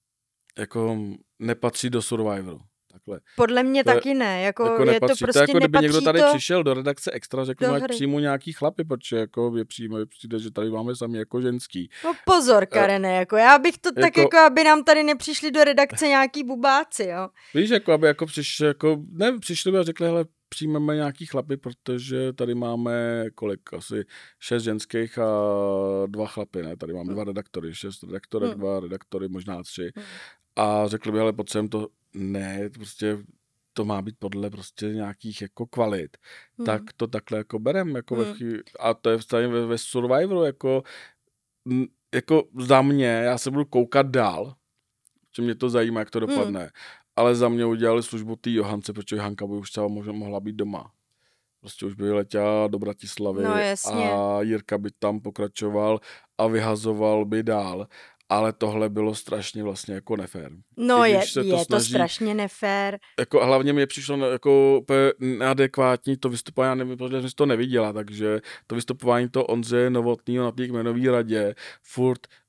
[SPEAKER 1] jako nepatří do Survivoru. Takhle.
[SPEAKER 2] Podle mě
[SPEAKER 1] To je-
[SPEAKER 2] taky ne, jako,
[SPEAKER 1] Jako
[SPEAKER 2] je to
[SPEAKER 1] nepatří.
[SPEAKER 2] prostě
[SPEAKER 1] to je jako kdyby
[SPEAKER 2] nepatří
[SPEAKER 1] někdo tady
[SPEAKER 2] to...
[SPEAKER 1] přišel do redakce Extra, řekl,
[SPEAKER 2] do
[SPEAKER 1] ať
[SPEAKER 2] hry.
[SPEAKER 1] přijmu nějaký chlapy, protože jako je přijme, přijde, že tady máme sami jako ženský.
[SPEAKER 2] No pozor, Karene, jako já bych to tak
[SPEAKER 1] jako-
[SPEAKER 2] jako, aby nám tady nepřišli do redakce nějaký bubáci, jo.
[SPEAKER 1] Víš, jako aby jako přišli, jako, ne, přišli by a řekli, hele, přijmeme nějaký chlapy, protože tady máme kolik, asi šest ženských a dva chlapy, ne, tady máme dva redaktory, šest redaktorek,
[SPEAKER 2] Hmm.
[SPEAKER 1] dva redaktory, možná tři.
[SPEAKER 2] Hmm.
[SPEAKER 1] A řekli by, hele, potřebujeme to, ne, prostě to má být podle prostě nějakých jako kvalit,
[SPEAKER 2] Hmm.
[SPEAKER 1] tak to takhle jako berem, jako ve
[SPEAKER 2] Hmm.
[SPEAKER 1] chvíli, a to je vstane ve, ve Survivoru, jako, m, jako za mě, já se budu koukat dál, že mě to zajímá, jak to dopadne, hmm. ale za mě udělali službu té Johance, protože Johanka by už třeba možná mohla být doma. Prostě už by letěla do Bratislavy
[SPEAKER 2] No, jasně.
[SPEAKER 1] a Jirka by tam pokračoval a vyhazoval by dál. Ale tohle bylo strašně vlastně jako nefér.
[SPEAKER 2] No
[SPEAKER 1] I
[SPEAKER 2] je,
[SPEAKER 1] když se to
[SPEAKER 2] je to
[SPEAKER 1] snaží-
[SPEAKER 2] strašně nefér.
[SPEAKER 1] Jako hlavně mi přišlo ne- jako úplně neadekvátní to vystupování, já nevím, protože jsem si to neviděla, takže to vystupování to Ondřeje Novotnýho na té kmenové radě, furt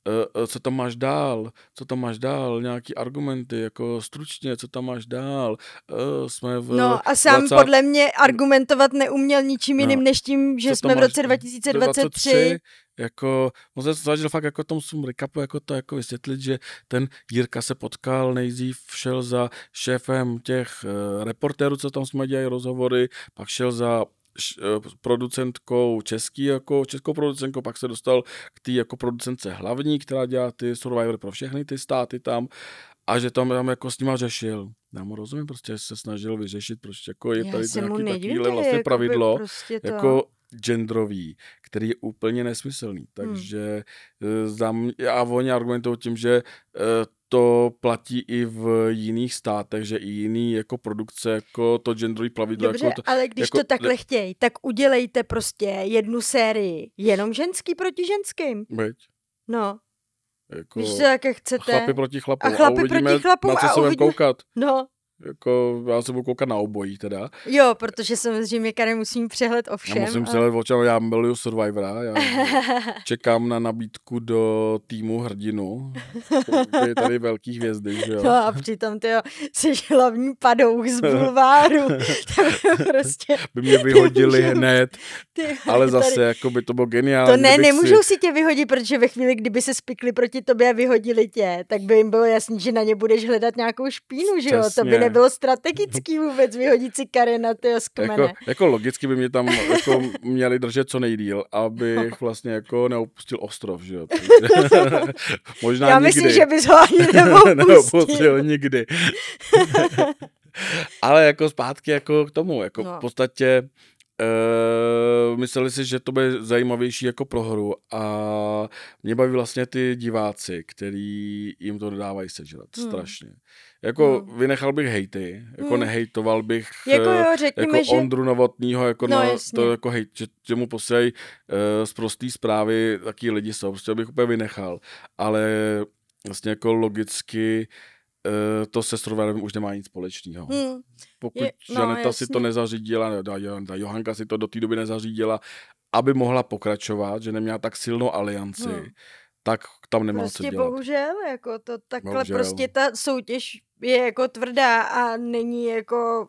[SPEAKER 1] uh, co tam máš dál, co tam máš dál, nějaký argumenty, jako stručně, co tam máš dál, uh, jsme v...
[SPEAKER 2] No a sám
[SPEAKER 1] dvacátém
[SPEAKER 2] podle mě argumentovat neuměl ničím jiným,
[SPEAKER 1] no,
[SPEAKER 2] než tím, že jsme v roce dva tisíce dvacet tři.
[SPEAKER 1] Jako, on se snažil fakt jako tomu svým recapu jako to jako vysvětlit, že ten Jirka se potkal, nejdřív šel za šéfem těch uh, reportérů, co tam jsme dělali rozhovory, pak šel za producentkou český, jako českou producentkou, pak se dostal k té jako producentce hlavní, která dělá ty Survivory pro všechny ty státy tam a že tam, tam jako s nima řešil. Já mu rozumím, prostě se snažil vyřešit, prostě jako je tady nějaký takovýhle vlastně pravidlo, prostě to... jako genderový, který je úplně nesmyslný. Takže hmm. a oni argumentují tím, že to platí i v jiných státech, že i jiný jako produkce, jako to genderový plavidlo.
[SPEAKER 2] Dobře,
[SPEAKER 1] jako to,
[SPEAKER 2] ale když
[SPEAKER 1] jako,
[SPEAKER 2] to takhle chtějí, tak udělejte prostě jednu sérii jenom ženský proti ženským.
[SPEAKER 1] Byť.
[SPEAKER 2] No.
[SPEAKER 1] Jako
[SPEAKER 2] Víš co, jak chcete.
[SPEAKER 1] Chlapi proti chlapům.
[SPEAKER 2] A chlapi a proti chlapům.
[SPEAKER 1] Na co se budeme koukat.
[SPEAKER 2] No.
[SPEAKER 1] Jako, já se budu koukat na obojí teda.
[SPEAKER 2] Jo, protože samozřejmě Karen musím přehled o všem.
[SPEAKER 1] Já musím
[SPEAKER 2] a...
[SPEAKER 1] přehled o čem, já miluju Survivora, já čekám na nabídku do týmu Hrdinu. Je tady velký hvězdy, že jo.
[SPEAKER 2] No a přitom ty jsi hlavní padouch z bulváru. by prostě...
[SPEAKER 1] By mě vyhodili hned, ty, ale zase tady... jako by to bylo geniální.
[SPEAKER 2] To ne, nemůžou si... si tě vyhodit, protože ve chvíli, kdyby se spikli proti tobě a vyhodili tě, tak by jim bylo jasný, že na ně budeš hledat nějakou špínu, že jo. To by nebylo strategický vůbec vyhodit si Karena tyho z kmene.
[SPEAKER 1] Jako, jako logicky by mě tam jako měli držet co nejdýl, abych vlastně jako neopustil ostrov, že jo. Možná
[SPEAKER 2] Já
[SPEAKER 1] nikdy.
[SPEAKER 2] myslím, že bys ho ani neopustil.
[SPEAKER 1] neopustil nikdy. Ale jako zpátky jako k tomu, jako no. v podstatě Uh, mysleli si, že to bude zajímavější jako pro hru a mě baví vlastně ty diváci, který jim to dodávají sežrat hmm. strašně. Jako hmm. vynechal bych hejty, jako hmm. nehejtoval bych
[SPEAKER 2] jako, jo, řekněme,
[SPEAKER 1] jako
[SPEAKER 2] že...
[SPEAKER 1] Ondru Novotnýho, jako
[SPEAKER 2] no,
[SPEAKER 1] na
[SPEAKER 2] jasně.
[SPEAKER 1] to jako hejt, že, že mu posílají uh, z prostý zprávy, taký lidi jsou, prostě bych úplně vynechal, ale vlastně jako logicky Uh, to se Survivorem už nemá nic společného. Hmm. Pokud je, no, Žaneta jasně. si to nezařídila, ta Johanka si to do té doby nezařídila, aby mohla pokračovat, že neměla tak silnou alianci, hmm. tak tam nemá
[SPEAKER 2] prostě
[SPEAKER 1] co dělat.
[SPEAKER 2] Bohužel, jako to takhle
[SPEAKER 1] bohužel.
[SPEAKER 2] Prostě ta soutěž je jako tvrdá a není jako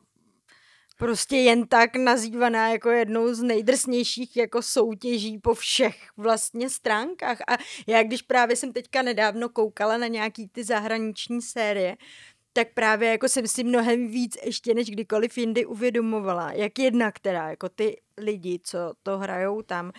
[SPEAKER 2] prostě jen tak nazývaná jako jednou z nejdrsnějších jako soutěží po všech vlastně stránkách. A já když právě jsem teďka nedávno koukala na nějaký ty zahraniční série, tak právě jako jsem si mnohem víc ještě než kdykoliv jindy uvědomovala, jak jedna, která jako ty lidi, co to hrajou tam,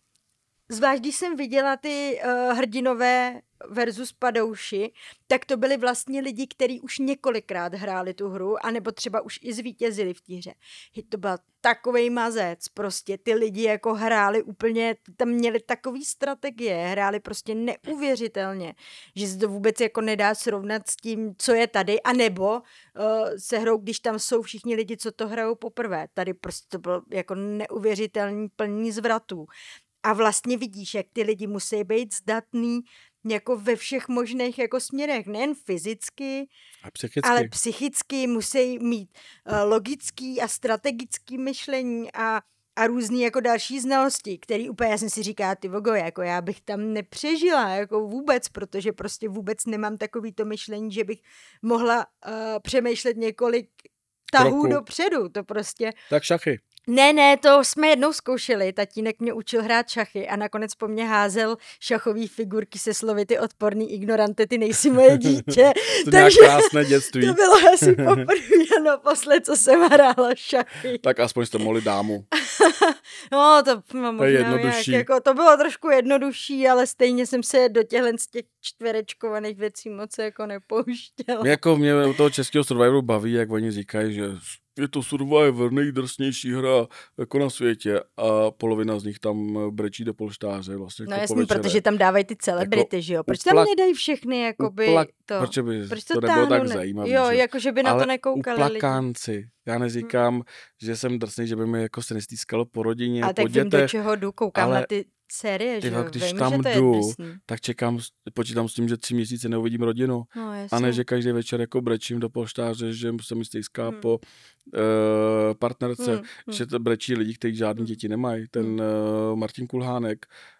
[SPEAKER 2] zvlášť když jsem viděla ty uh, hrdinové versus padouši, tak to byli vlastně lidi, kteří už několikrát hráli tu hru, anebo třeba už i zvítězili v té hře. To byl takovej mazec, prostě ty lidi jako hráli úplně, tam měli takový strategie, hráli prostě neuvěřitelně, že se to vůbec jako nedá srovnat s tím, co je tady, anebo uh, se hrou, když tam jsou všichni lidi, co to hrajou poprvé. Tady prostě to bylo jako neuvěřitelný plný zvratů. A vlastně vidíš, jak ty lidi musí být zdatný jako ve všech možných jako směrech, nejen fyzicky,
[SPEAKER 1] a psychicky.
[SPEAKER 2] ale psychicky musí mít uh, logický a strategický myšlení a, a různý jako další znalosti, který úplně, já jsem si říká, ty vogo, jako já bych tam nepřežila, jako vůbec, protože prostě vůbec nemám takovýto myšlení, že bych mohla uh, přemýšlet několik tahů Kroku. dopředu, to prostě...
[SPEAKER 1] Tak šachy.
[SPEAKER 2] Ne, ne, to jsme jednou zkoušeli, tatínek mě učil hrát šachy a nakonec po mně házel šachový figurky se slovy ty odporný ignorante, ty nejsi moje dítě.
[SPEAKER 1] To takže krásné dětství.
[SPEAKER 2] To bylo asi poprvé a naposled, co jsem hrála šachy.
[SPEAKER 1] Tak aspoň jste mohli dámu.
[SPEAKER 2] No, to, no, možná
[SPEAKER 1] to je jednodušší.
[SPEAKER 2] Jak, jako, to bylo trošku jednodušší, ale stejně jsem se do těchhle z těch čtverečkovaných věcí moc jako nepouštěla.
[SPEAKER 1] Mě jako mě u toho českého Survivoru baví, jak oni říkají, že je to Survivor, nejdrsnější hra jako na světě a polovina z nich tam brečí do polštáře. Vlastně
[SPEAKER 2] no jasný, protože tam dávají ty celebrity, jako že jo? Proč uplak, tam nedají všechny, jakoby
[SPEAKER 1] uplak,
[SPEAKER 2] to?
[SPEAKER 1] Proč by
[SPEAKER 2] Proč
[SPEAKER 1] to,
[SPEAKER 2] to
[SPEAKER 1] nebylo tak
[SPEAKER 2] ne?
[SPEAKER 1] zajímavé?
[SPEAKER 2] Jo, jakože by na
[SPEAKER 1] ale
[SPEAKER 2] to nekoukali
[SPEAKER 1] uplakánci.
[SPEAKER 2] lidi.
[SPEAKER 1] Já neříkám, hmm. že jsem drsný, že by mi jako se nestýskalo po rodině,
[SPEAKER 2] ale
[SPEAKER 1] po
[SPEAKER 2] tak
[SPEAKER 1] dětech.
[SPEAKER 2] vím, do čeho jdu, koukám na ty série, že jo?
[SPEAKER 1] Když
[SPEAKER 2] Vím,
[SPEAKER 1] tam
[SPEAKER 2] že
[SPEAKER 1] jdu, tak čekám, počítám s tím, že tři měsíce neuvidím rodinu.
[SPEAKER 2] No,
[SPEAKER 1] a ne, že každý večer jako brečím do polštáře, že se mi stýská hmm. po uh, partnerce, hmm. že to brečí lidi, kteří žádný hmm. děti nemají. Ten uh, Martin Kulhánek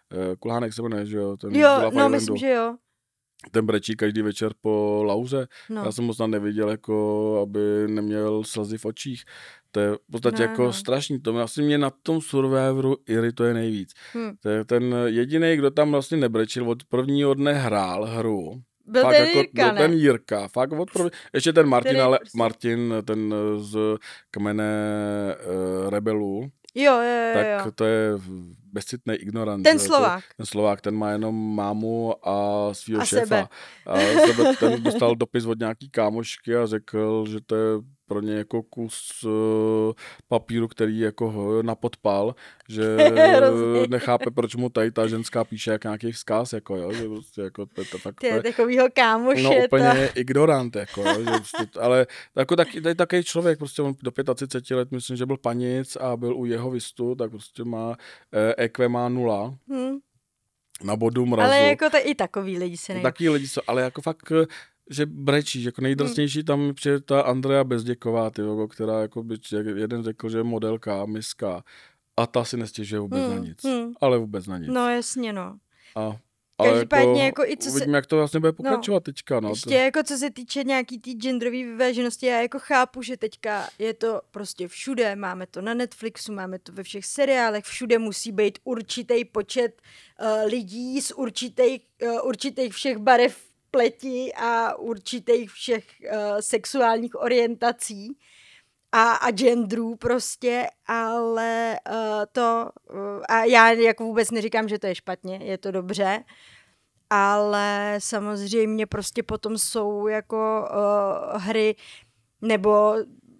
[SPEAKER 1] Kulhánek se jmenuje, že jo? Ten
[SPEAKER 2] jo, no myslím, že jo.
[SPEAKER 1] Ten brečí každý večer po lauze. No. Já jsem ho snad neviděl, jako aby neměl slzy v očích. To je v podstatě no, jako no. strašný. To vlastně mě na tom Survivoru irituje nejvíc. Hmm. To je ten jediný, kdo tam vlastně nebrečil, od prvního dne hrál hru.
[SPEAKER 2] Byl
[SPEAKER 1] fakt
[SPEAKER 2] ten
[SPEAKER 1] jako,
[SPEAKER 2] Jirka,
[SPEAKER 1] byl
[SPEAKER 2] ne?
[SPEAKER 1] ten Jirka. Fakt od první... Ještě ten Martin,
[SPEAKER 2] Který
[SPEAKER 1] ale
[SPEAKER 2] prostě...
[SPEAKER 1] Martin, ten z kmene uh, rebelů.
[SPEAKER 2] Jo, jo, jo.
[SPEAKER 1] Tak
[SPEAKER 2] jo.
[SPEAKER 1] to je bezcitný ignorant.
[SPEAKER 2] Ten Slovák.
[SPEAKER 1] Ten Slovák, ten má jenom mámu a svýho
[SPEAKER 2] a
[SPEAKER 1] šéfa.
[SPEAKER 2] Sebe.
[SPEAKER 1] A sebe. Ten dostal dopis od nějaký kámošky a řekl, že to je pro ně jako kus uh, papíru, který jako ho napodpal, že nechápe, proč mu tady ta ženská píše jak nějaký vzkaz, jako jo, že prostě jako to, to fakt...
[SPEAKER 2] Ty je takovýho kámoše.
[SPEAKER 1] No úplně to... ignorant, jako jo, že prostě, ale jako taky, tady takový člověk, prostě on do třicet pět let, myslím, že byl panic a byl u jeho vistu, tak prostě má E Q má nula. Hmm. Na bodu mrazu.
[SPEAKER 2] Ale jako to, i takový lidi se nejde.
[SPEAKER 1] Taky lidi jsou, ale jako fakt, že brečíš, jako nejdrsnější hmm. tam přijde ta Andrea Bezděková, tyjo, která jako by, jeden řekl, že je modelka, miska a ta si nestěžuje vůbec hmm. na nic. Hmm. Ale vůbec na nic.
[SPEAKER 2] No jasně, no.
[SPEAKER 1] A
[SPEAKER 2] každopádně jako, jako i co
[SPEAKER 1] uvidíme,
[SPEAKER 2] se...
[SPEAKER 1] jak to vlastně bude pokračovat no, teďka. No,
[SPEAKER 2] ještě
[SPEAKER 1] to...
[SPEAKER 2] jako co se týče nějaký té tý genderové vyváženosti, já jako chápu, že teďka je to prostě všude, máme to na Netflixu, máme to ve všech seriálech, všude musí být určitý počet uh, lidí z určitých uh, určitých všech barev pleti a určitých všech uh, sexuálních orientací a, a genderů prostě, ale uh, to, uh, a já jako vůbec neříkám, že to je špatně, je to dobře, ale samozřejmě prostě potom jsou jako uh, hry, nebo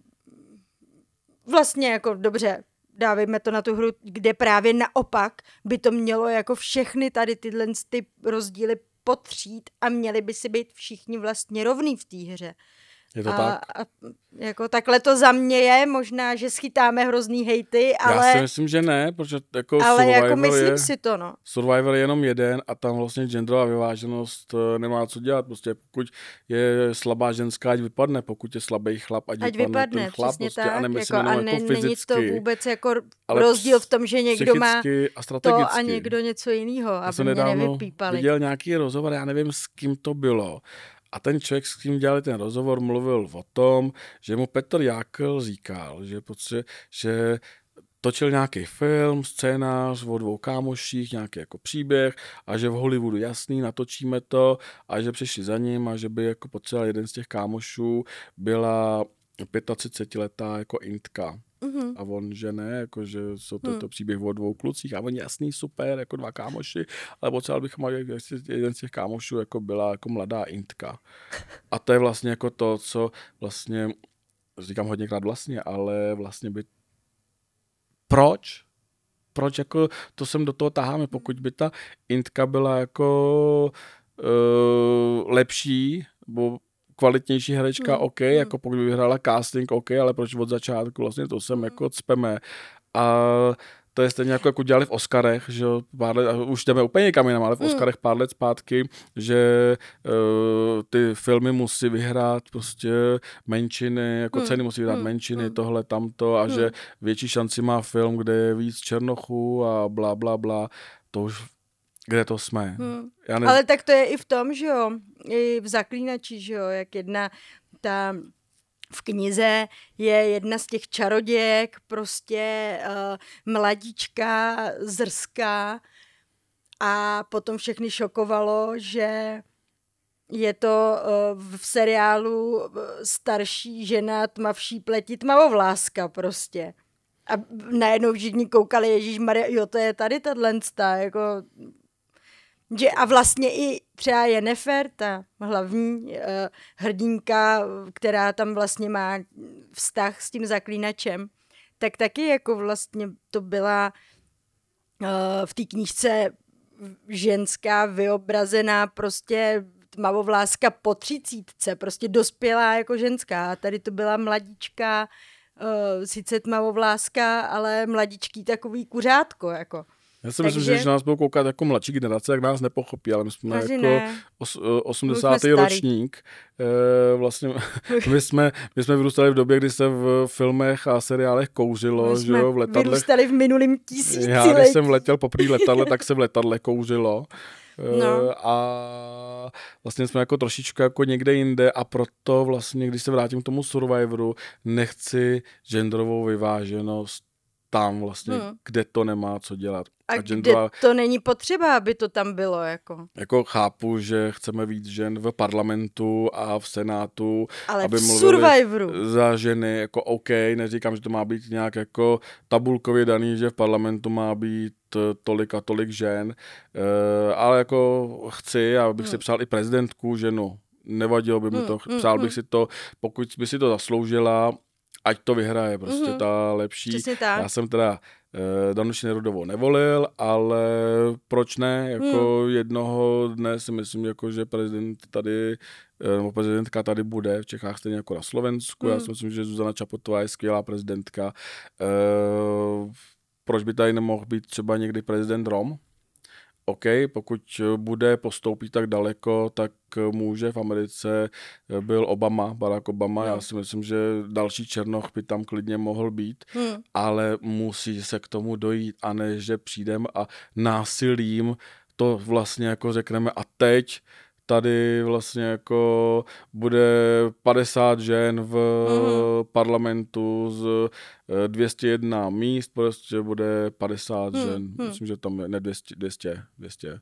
[SPEAKER 2] vlastně jako dobře, dávejme to na tu hru, kde právě naopak by to mělo jako všechny tady tyhle ty rozdíly potřít a měli by si být všichni vlastně rovný v té hře.
[SPEAKER 1] Je to
[SPEAKER 2] a,
[SPEAKER 1] tak?
[SPEAKER 2] A jako takhle to za mě je, možná, že schytáme hrozný hejty, ale...
[SPEAKER 1] Já si myslím, že ne, protože jako
[SPEAKER 2] ale
[SPEAKER 1] Survivor
[SPEAKER 2] jako myslím
[SPEAKER 1] je,
[SPEAKER 2] si to, no.
[SPEAKER 1] Survivor je jenom jeden a tam vlastně genderová vyváženost nemá co dělat. Prostě pokud je slabá ženská, ať vypadne, pokud je slabý chlap, ať,
[SPEAKER 2] ať
[SPEAKER 1] vypadne,
[SPEAKER 2] vypadne
[SPEAKER 1] ten chlap. Prostě,
[SPEAKER 2] tak,
[SPEAKER 1] a nemyslím
[SPEAKER 2] jako,
[SPEAKER 1] jenom
[SPEAKER 2] a ne,
[SPEAKER 1] jako fyzicky.
[SPEAKER 2] Není to vůbec jako rozdíl v tom, že někdo má
[SPEAKER 1] a
[SPEAKER 2] to a někdo něco jiného, aby mě nevypípali.
[SPEAKER 1] Viděl nějaký rozhovor, já nevím, s kým to bylo. A ten člověk, s kým dělali ten rozhovor, mluvil o tom, že mu Petr Jákl říkal, že, potře- že točil nějaký film, scénář o dvou kámoších, nějaký jako příběh a že v Hollywoodu jasný, natočíme to a že přišli za ním a že by jako potřeboval jeden z těch kámošů byla třicetiletá jako Intka. Mm-hmm. A on, že ne, jako, že jsou to, mm. to příběh o dvou klucích a on jasný, super, jako dva kámoši, ale potřeboval bych mít, jeden z těch kámošů jako byla jako mladá Intka. A to je vlastně jako to, co vlastně, říkám hodněkrát vlastně, ale vlastně by proč? Proč jako to sem do toho taháme, pokud by ta Intka byla jako uh, lepší, bo kvalitnější herečka, mm. OK, jako pokud by vyhrála casting, OK, ale proč od začátku vlastně to sem jako cpeme. A to je stejně jako, jako dělali v Oscarech, že pár let, už jdeme úplně někam jinam, ale v Oscarech mm. pár let zpátky, že uh, ty filmy musí vyhrát prostě menšiny, jako mm. ceny musí vyhrát mm. menšiny, mm. tohle, tamto a mm. že větší šanci má film, kde je víc černochů a bla, bla, bla. To už kde to jsme.
[SPEAKER 2] Hmm. Já ne... Ale tak to je i v tom, že jo, i v Zaklínači, že jo, jak jedna ta v knize je jedna z těch čarodějek, prostě uh, mladíčka, zrská a potom všechny šokovalo, že je to uh, v seriálu starší žena, tmavší pleti, tmavovláska prostě. A najednou všichni koukali, ježišmarja, jo, to je tady tato, jako... Že a vlastně i třeba Jennifer, ta hlavní uh, hrdinka, která tam vlastně má vztah s tím zaklínačem, tak taky jako vlastně to byla uh, v té knížce ženská vyobrazená prostě tmavovláska po třicítce, prostě dospělá jako ženská. A tady to byla mladíčka, uh, sice tmavovláska, ale mladičký takový kuřátko, jako.
[SPEAKER 1] Já si myslím,
[SPEAKER 2] Takže-
[SPEAKER 1] že když nás budou koukat jako mladší generace, tak nás nepochopí, ale my jsme
[SPEAKER 2] Asi
[SPEAKER 1] jako
[SPEAKER 2] ne.
[SPEAKER 1] os, osmdesátý
[SPEAKER 2] starý.
[SPEAKER 1] ročník. E, vlastně my jsme, my jsme vyrůstali v době, kdy se v filmech a seriálech kouřilo,
[SPEAKER 2] My
[SPEAKER 1] že
[SPEAKER 2] jsme
[SPEAKER 1] jo, v letadlech.
[SPEAKER 2] vyrůstali v minulým
[SPEAKER 1] Já,
[SPEAKER 2] tisíciletí.
[SPEAKER 1] když jsem letěl poprvé letadle, tak se v letadle kouřilo.
[SPEAKER 2] No.
[SPEAKER 1] E, a vlastně jsme jako trošičku jako někde jinde a proto vlastně, když se vrátím k tomu Survivoru, nechci genderovou vyváženost tam vlastně,
[SPEAKER 2] Hmm.
[SPEAKER 1] kde to nemá co dělat.
[SPEAKER 2] A,
[SPEAKER 1] A
[SPEAKER 2] kde
[SPEAKER 1] genderová-
[SPEAKER 2] to není potřeba, aby to tam bylo, jako.
[SPEAKER 1] Jako chápu, že chceme víc žen v parlamentu a v senátu,
[SPEAKER 2] Ale
[SPEAKER 1] aby
[SPEAKER 2] v
[SPEAKER 1] mluvili
[SPEAKER 2] Survivoru.
[SPEAKER 1] za ženy, jako OK, neříkám, že to má být nějak jako tabulkově daný, že v parlamentu má být eh, tolik a tolik žen, eh, ale jako chci, abych
[SPEAKER 2] Hmm.
[SPEAKER 1] si přál i prezidentku ženu. Nevadilo by mi
[SPEAKER 2] Hmm,
[SPEAKER 1] to,
[SPEAKER 2] hmm,
[SPEAKER 1] přál
[SPEAKER 2] hmm.
[SPEAKER 1] bych si to, pokud by si to zasloužila, ať to vyhraje, prostě
[SPEAKER 2] Mhm.
[SPEAKER 1] ta lepší.
[SPEAKER 2] Přesně tak.
[SPEAKER 1] Já jsem teda eh, Danuši Nerudovou nevolil, ale proč ne? Jako
[SPEAKER 2] Hmm.
[SPEAKER 1] jednoho dne si myslím, jako, že prezident tady, eh, nebo prezidentka tady bude v Čechách stejně jako na Slovensku.
[SPEAKER 2] Hmm.
[SPEAKER 1] Já si myslím, že Zuzana Čaputová je skvělá prezidentka. Eh, proč by tady nemohl být třeba někdy prezident Rom? OK, pokud bude postoupit tak daleko, tak může. V Americe byl Obama, Barack Obama.
[SPEAKER 2] No.
[SPEAKER 1] Já si myslím, že další černoch by tam klidně mohl být,
[SPEAKER 2] Hmm.
[SPEAKER 1] ale musí se k tomu dojít a ne, že přijdeme a násilím to vlastně jako řekneme a teď tady vlastně jako bude padesát žen v
[SPEAKER 2] Mhm.
[SPEAKER 1] parlamentu z eh, dvě stě jedna míst, prostě bude padesát
[SPEAKER 2] Hmm,
[SPEAKER 1] žen.
[SPEAKER 2] hmm.
[SPEAKER 1] Myslím, že tam je, ne dvě stě, dvě stě, dvě stě.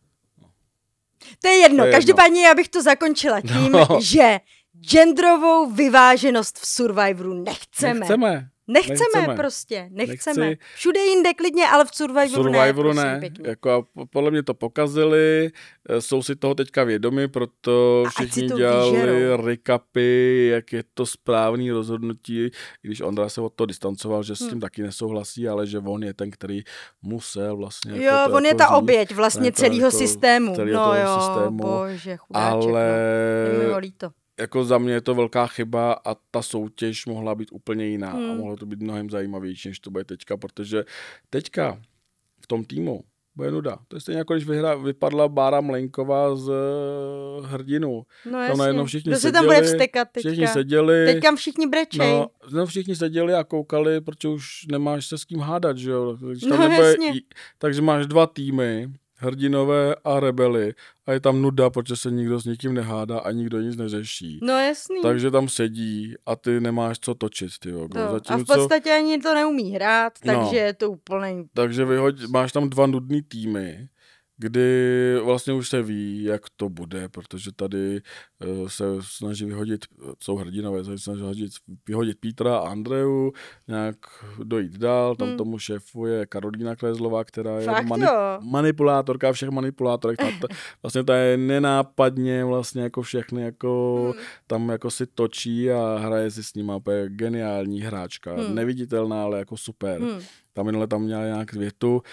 [SPEAKER 2] To je jedno.
[SPEAKER 1] To je
[SPEAKER 2] Každopádně já bych to zakončila tím,
[SPEAKER 1] No.
[SPEAKER 2] že genderovou vyváženost v Survivoru nechceme.
[SPEAKER 1] Nechceme.
[SPEAKER 2] Nechceme,
[SPEAKER 1] Nechceme.
[SPEAKER 2] prostě, nechceme.
[SPEAKER 1] Nechci.
[SPEAKER 2] Všude jinde klidně, ale v Survivoru,
[SPEAKER 1] Survivoru
[SPEAKER 2] ne.
[SPEAKER 1] ne,
[SPEAKER 2] prosím pěkně.
[SPEAKER 1] jako a po- podle mě to pokazili, eh, jsou si toho teďka vědomi, proto
[SPEAKER 2] A ať si
[SPEAKER 1] všichni
[SPEAKER 2] to
[SPEAKER 1] dělali
[SPEAKER 2] vyžerou.
[SPEAKER 1] recapy, jak je to správný rozhodnutí, i když Ondra se od toho distancoval, že s tím
[SPEAKER 2] Hmm.
[SPEAKER 1] taky nesouhlasí, ale že on je ten, který musel vlastně
[SPEAKER 2] Jo,
[SPEAKER 1] jako to
[SPEAKER 2] on je
[SPEAKER 1] jako
[SPEAKER 2] ta
[SPEAKER 1] říct,
[SPEAKER 2] oběť vlastně
[SPEAKER 1] jako-
[SPEAKER 2] celého
[SPEAKER 1] jako
[SPEAKER 2] systému.
[SPEAKER 1] celého
[SPEAKER 2] No
[SPEAKER 1] toho
[SPEAKER 2] jo,
[SPEAKER 1] systému.
[SPEAKER 2] bože, chudáček.
[SPEAKER 1] ale
[SPEAKER 2] No. Je mi ho líto.
[SPEAKER 1] jako za mě je to velká chyba a ta soutěž mohla být úplně jiná
[SPEAKER 2] Hmm.
[SPEAKER 1] a mohlo to být mnohem zajímavější, než to bude teďka, protože teďka v tom týmu bude nuda. To je stejně jako když vyhra, vypadla Bára Mlejnková z uh, Hrdinu.
[SPEAKER 2] No
[SPEAKER 1] Tam
[SPEAKER 2] jasně.
[SPEAKER 1] najednou všichni
[SPEAKER 2] Kdo se tam bude
[SPEAKER 1] seděli,
[SPEAKER 2] vstekat teďka?
[SPEAKER 1] Všichni seděli.
[SPEAKER 2] Teďka všichni brečej.
[SPEAKER 1] No, no, všichni seděli a koukali, protože už nemáš se s kým hádat, že jo. Když tam
[SPEAKER 2] No,
[SPEAKER 1] nebude
[SPEAKER 2] jasně.
[SPEAKER 1] jí- takže máš dva týmy, Hrdinové a Rebely a je tam nuda, protože se nikdo s nikým nehádá a nikdo nic neřeší.
[SPEAKER 2] No jasný.
[SPEAKER 1] Takže tam sedí a ty nemáš co točit, ty jo.
[SPEAKER 2] To. A v
[SPEAKER 1] Zatímco,
[SPEAKER 2] podstatě ani to neumí hrát,
[SPEAKER 1] No.
[SPEAKER 2] takže je to úplný.
[SPEAKER 1] takže vyhoď, máš tam dva nudný týmy, kdy vlastně už se ví, jak to bude, protože tady uh, se snaží vyhodit, jsou hrdinové, se snaží vyhodit, vyhodit Petra a Andreu, nějak dojít dál, tam
[SPEAKER 2] Hmm.
[SPEAKER 1] tomu šéfuje Karolína Klezlová, která je
[SPEAKER 2] Fakt
[SPEAKER 1] mani-
[SPEAKER 2] jo.
[SPEAKER 1] manipulátorka všech manipulátorek, ta, ta, vlastně ta je nenápadně vlastně jako všechny jako
[SPEAKER 2] Hmm.
[SPEAKER 1] tam jako si točí a hraje si s nima, úplně geniální hráčka,
[SPEAKER 2] Hmm.
[SPEAKER 1] neviditelná, ale jako super.
[SPEAKER 2] Hmm.
[SPEAKER 1] Tam minule tam měla nějak větu, uh,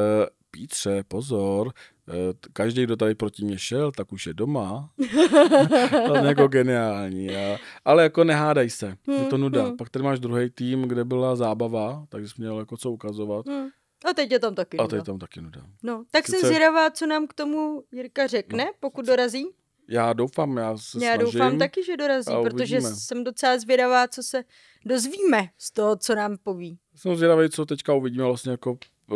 [SPEAKER 1] Pítře, pozor, uh, každý, kdo tady proti mě šel, tak už je doma. Vlastně jako geniální. A, ale jako nehádaj se, je to
[SPEAKER 2] Hmm,
[SPEAKER 1] nuda.
[SPEAKER 2] hmm.
[SPEAKER 1] Pak tady máš druhý tým, kde byla zábava, takže jsi měl jako co ukazovat.
[SPEAKER 2] Hmm. A teď je tam taky
[SPEAKER 1] A
[SPEAKER 2] nuda.
[SPEAKER 1] teď tam taky nuda.
[SPEAKER 2] No, tak jsem
[SPEAKER 1] Sice-
[SPEAKER 2] zvědavá, co nám k tomu Jirka řekne,
[SPEAKER 1] No,
[SPEAKER 2] pokud dorazí.
[SPEAKER 1] Já doufám, já se
[SPEAKER 2] Já
[SPEAKER 1] snažím.
[SPEAKER 2] doufám taky, že dorazí,
[SPEAKER 1] a
[SPEAKER 2] protože
[SPEAKER 1] uvidíme.
[SPEAKER 2] jsem docela zvědavá, co se dozvíme z toho, co nám poví.
[SPEAKER 1] Jsem zvědavý, co teďka uvidíme vlastně jako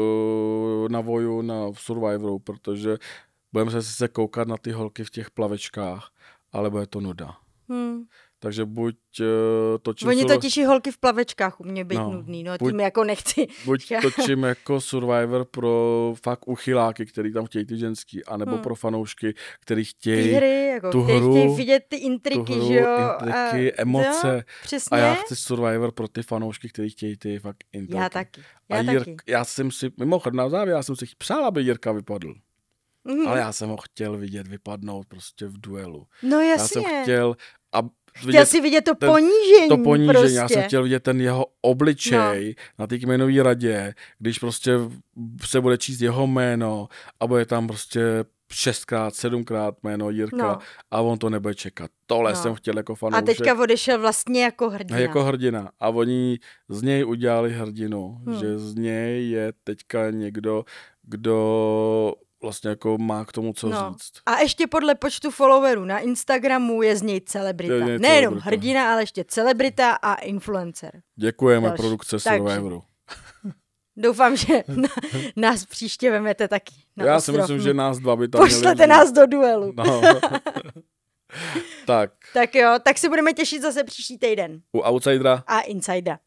[SPEAKER 1] uh, na voju na Survivoru, protože budeme se sice koukat na ty holky v těch plavečkách, ale bude to nuda.
[SPEAKER 2] Hmm.
[SPEAKER 1] Takže buď uh, točím,
[SPEAKER 2] Oni
[SPEAKER 1] sur-
[SPEAKER 2] totiž i holky v plavečkách umějí být
[SPEAKER 1] No,
[SPEAKER 2] nudný, no
[SPEAKER 1] buď-
[SPEAKER 2] tím jako nechci.
[SPEAKER 1] buď točím jako Survivor pro fakt uchyláky, který tam chtějí ty ženský, anebo
[SPEAKER 2] Hmm.
[SPEAKER 1] pro fanoušky, který
[SPEAKER 2] Ty
[SPEAKER 1] chtějí
[SPEAKER 2] hry, jako
[SPEAKER 1] tu
[SPEAKER 2] chtějí,
[SPEAKER 1] hru-
[SPEAKER 2] chtějí vidět ty
[SPEAKER 1] tu
[SPEAKER 2] intriky,
[SPEAKER 1] hru,
[SPEAKER 2] že jo?
[SPEAKER 1] intriky,
[SPEAKER 2] a,
[SPEAKER 1] emoce.
[SPEAKER 2] Jo, přesně.
[SPEAKER 1] A já chci Survivor pro ty fanoušky, který chtějí ty fakt intriky.
[SPEAKER 2] já taky. Já
[SPEAKER 1] a
[SPEAKER 2] taky.
[SPEAKER 1] Jirk, já jsem si, mimochodem na závěr, já jsem si přál, aby Jirka vypadl.
[SPEAKER 2] Mhm.
[SPEAKER 1] Ale já jsem ho chtěl vidět vypadnout prostě v duelu.
[SPEAKER 2] No
[SPEAKER 1] Já
[SPEAKER 2] jasně.
[SPEAKER 1] jsem chtěl, a
[SPEAKER 2] Chtěl
[SPEAKER 1] vidět
[SPEAKER 2] si vidět to
[SPEAKER 1] ten-
[SPEAKER 2] ponížení
[SPEAKER 1] to ponížení,
[SPEAKER 2] prostě.
[SPEAKER 1] já jsem chtěl vidět ten jeho obličej no. na té kmenové radě, když prostě se bude číst jeho jméno a bude tam prostě šestkrát, sedmkrát jméno Jirka
[SPEAKER 2] No.
[SPEAKER 1] a on to nebude čekat. Tohle
[SPEAKER 2] No.
[SPEAKER 1] jsem chtěl jako
[SPEAKER 2] A
[SPEAKER 1] fanoušek.
[SPEAKER 2] teďka odešel vlastně jako hrdina.
[SPEAKER 1] A jako hrdina. A oni z něj udělali hrdinu,
[SPEAKER 2] Hmm.
[SPEAKER 1] že z něj je teďka někdo, kdo vlastně jako má k tomu co
[SPEAKER 2] No.
[SPEAKER 1] říct.
[SPEAKER 2] A ještě podle počtu followerů na Instagramu je z něj celebrita.
[SPEAKER 1] Je z něj
[SPEAKER 2] Nejenom
[SPEAKER 1] celebrita.
[SPEAKER 2] hrdina, ale ještě celebrita a influencer.
[SPEAKER 1] Děkujeme
[SPEAKER 2] Další.
[SPEAKER 1] produkce
[SPEAKER 2] Takže.
[SPEAKER 1] Survivoru.
[SPEAKER 2] Doufám, že na, nás příště vemete taky na
[SPEAKER 1] Já si
[SPEAKER 2] ostrov.
[SPEAKER 1] myslím, že nás dva by tam měli
[SPEAKER 2] Pošlete
[SPEAKER 1] vzít.
[SPEAKER 2] nás do duelu.
[SPEAKER 1] No. Tak,
[SPEAKER 2] Tak jo, tak se budeme těšit zase příští týden.
[SPEAKER 1] u Outsidera
[SPEAKER 2] A Insida.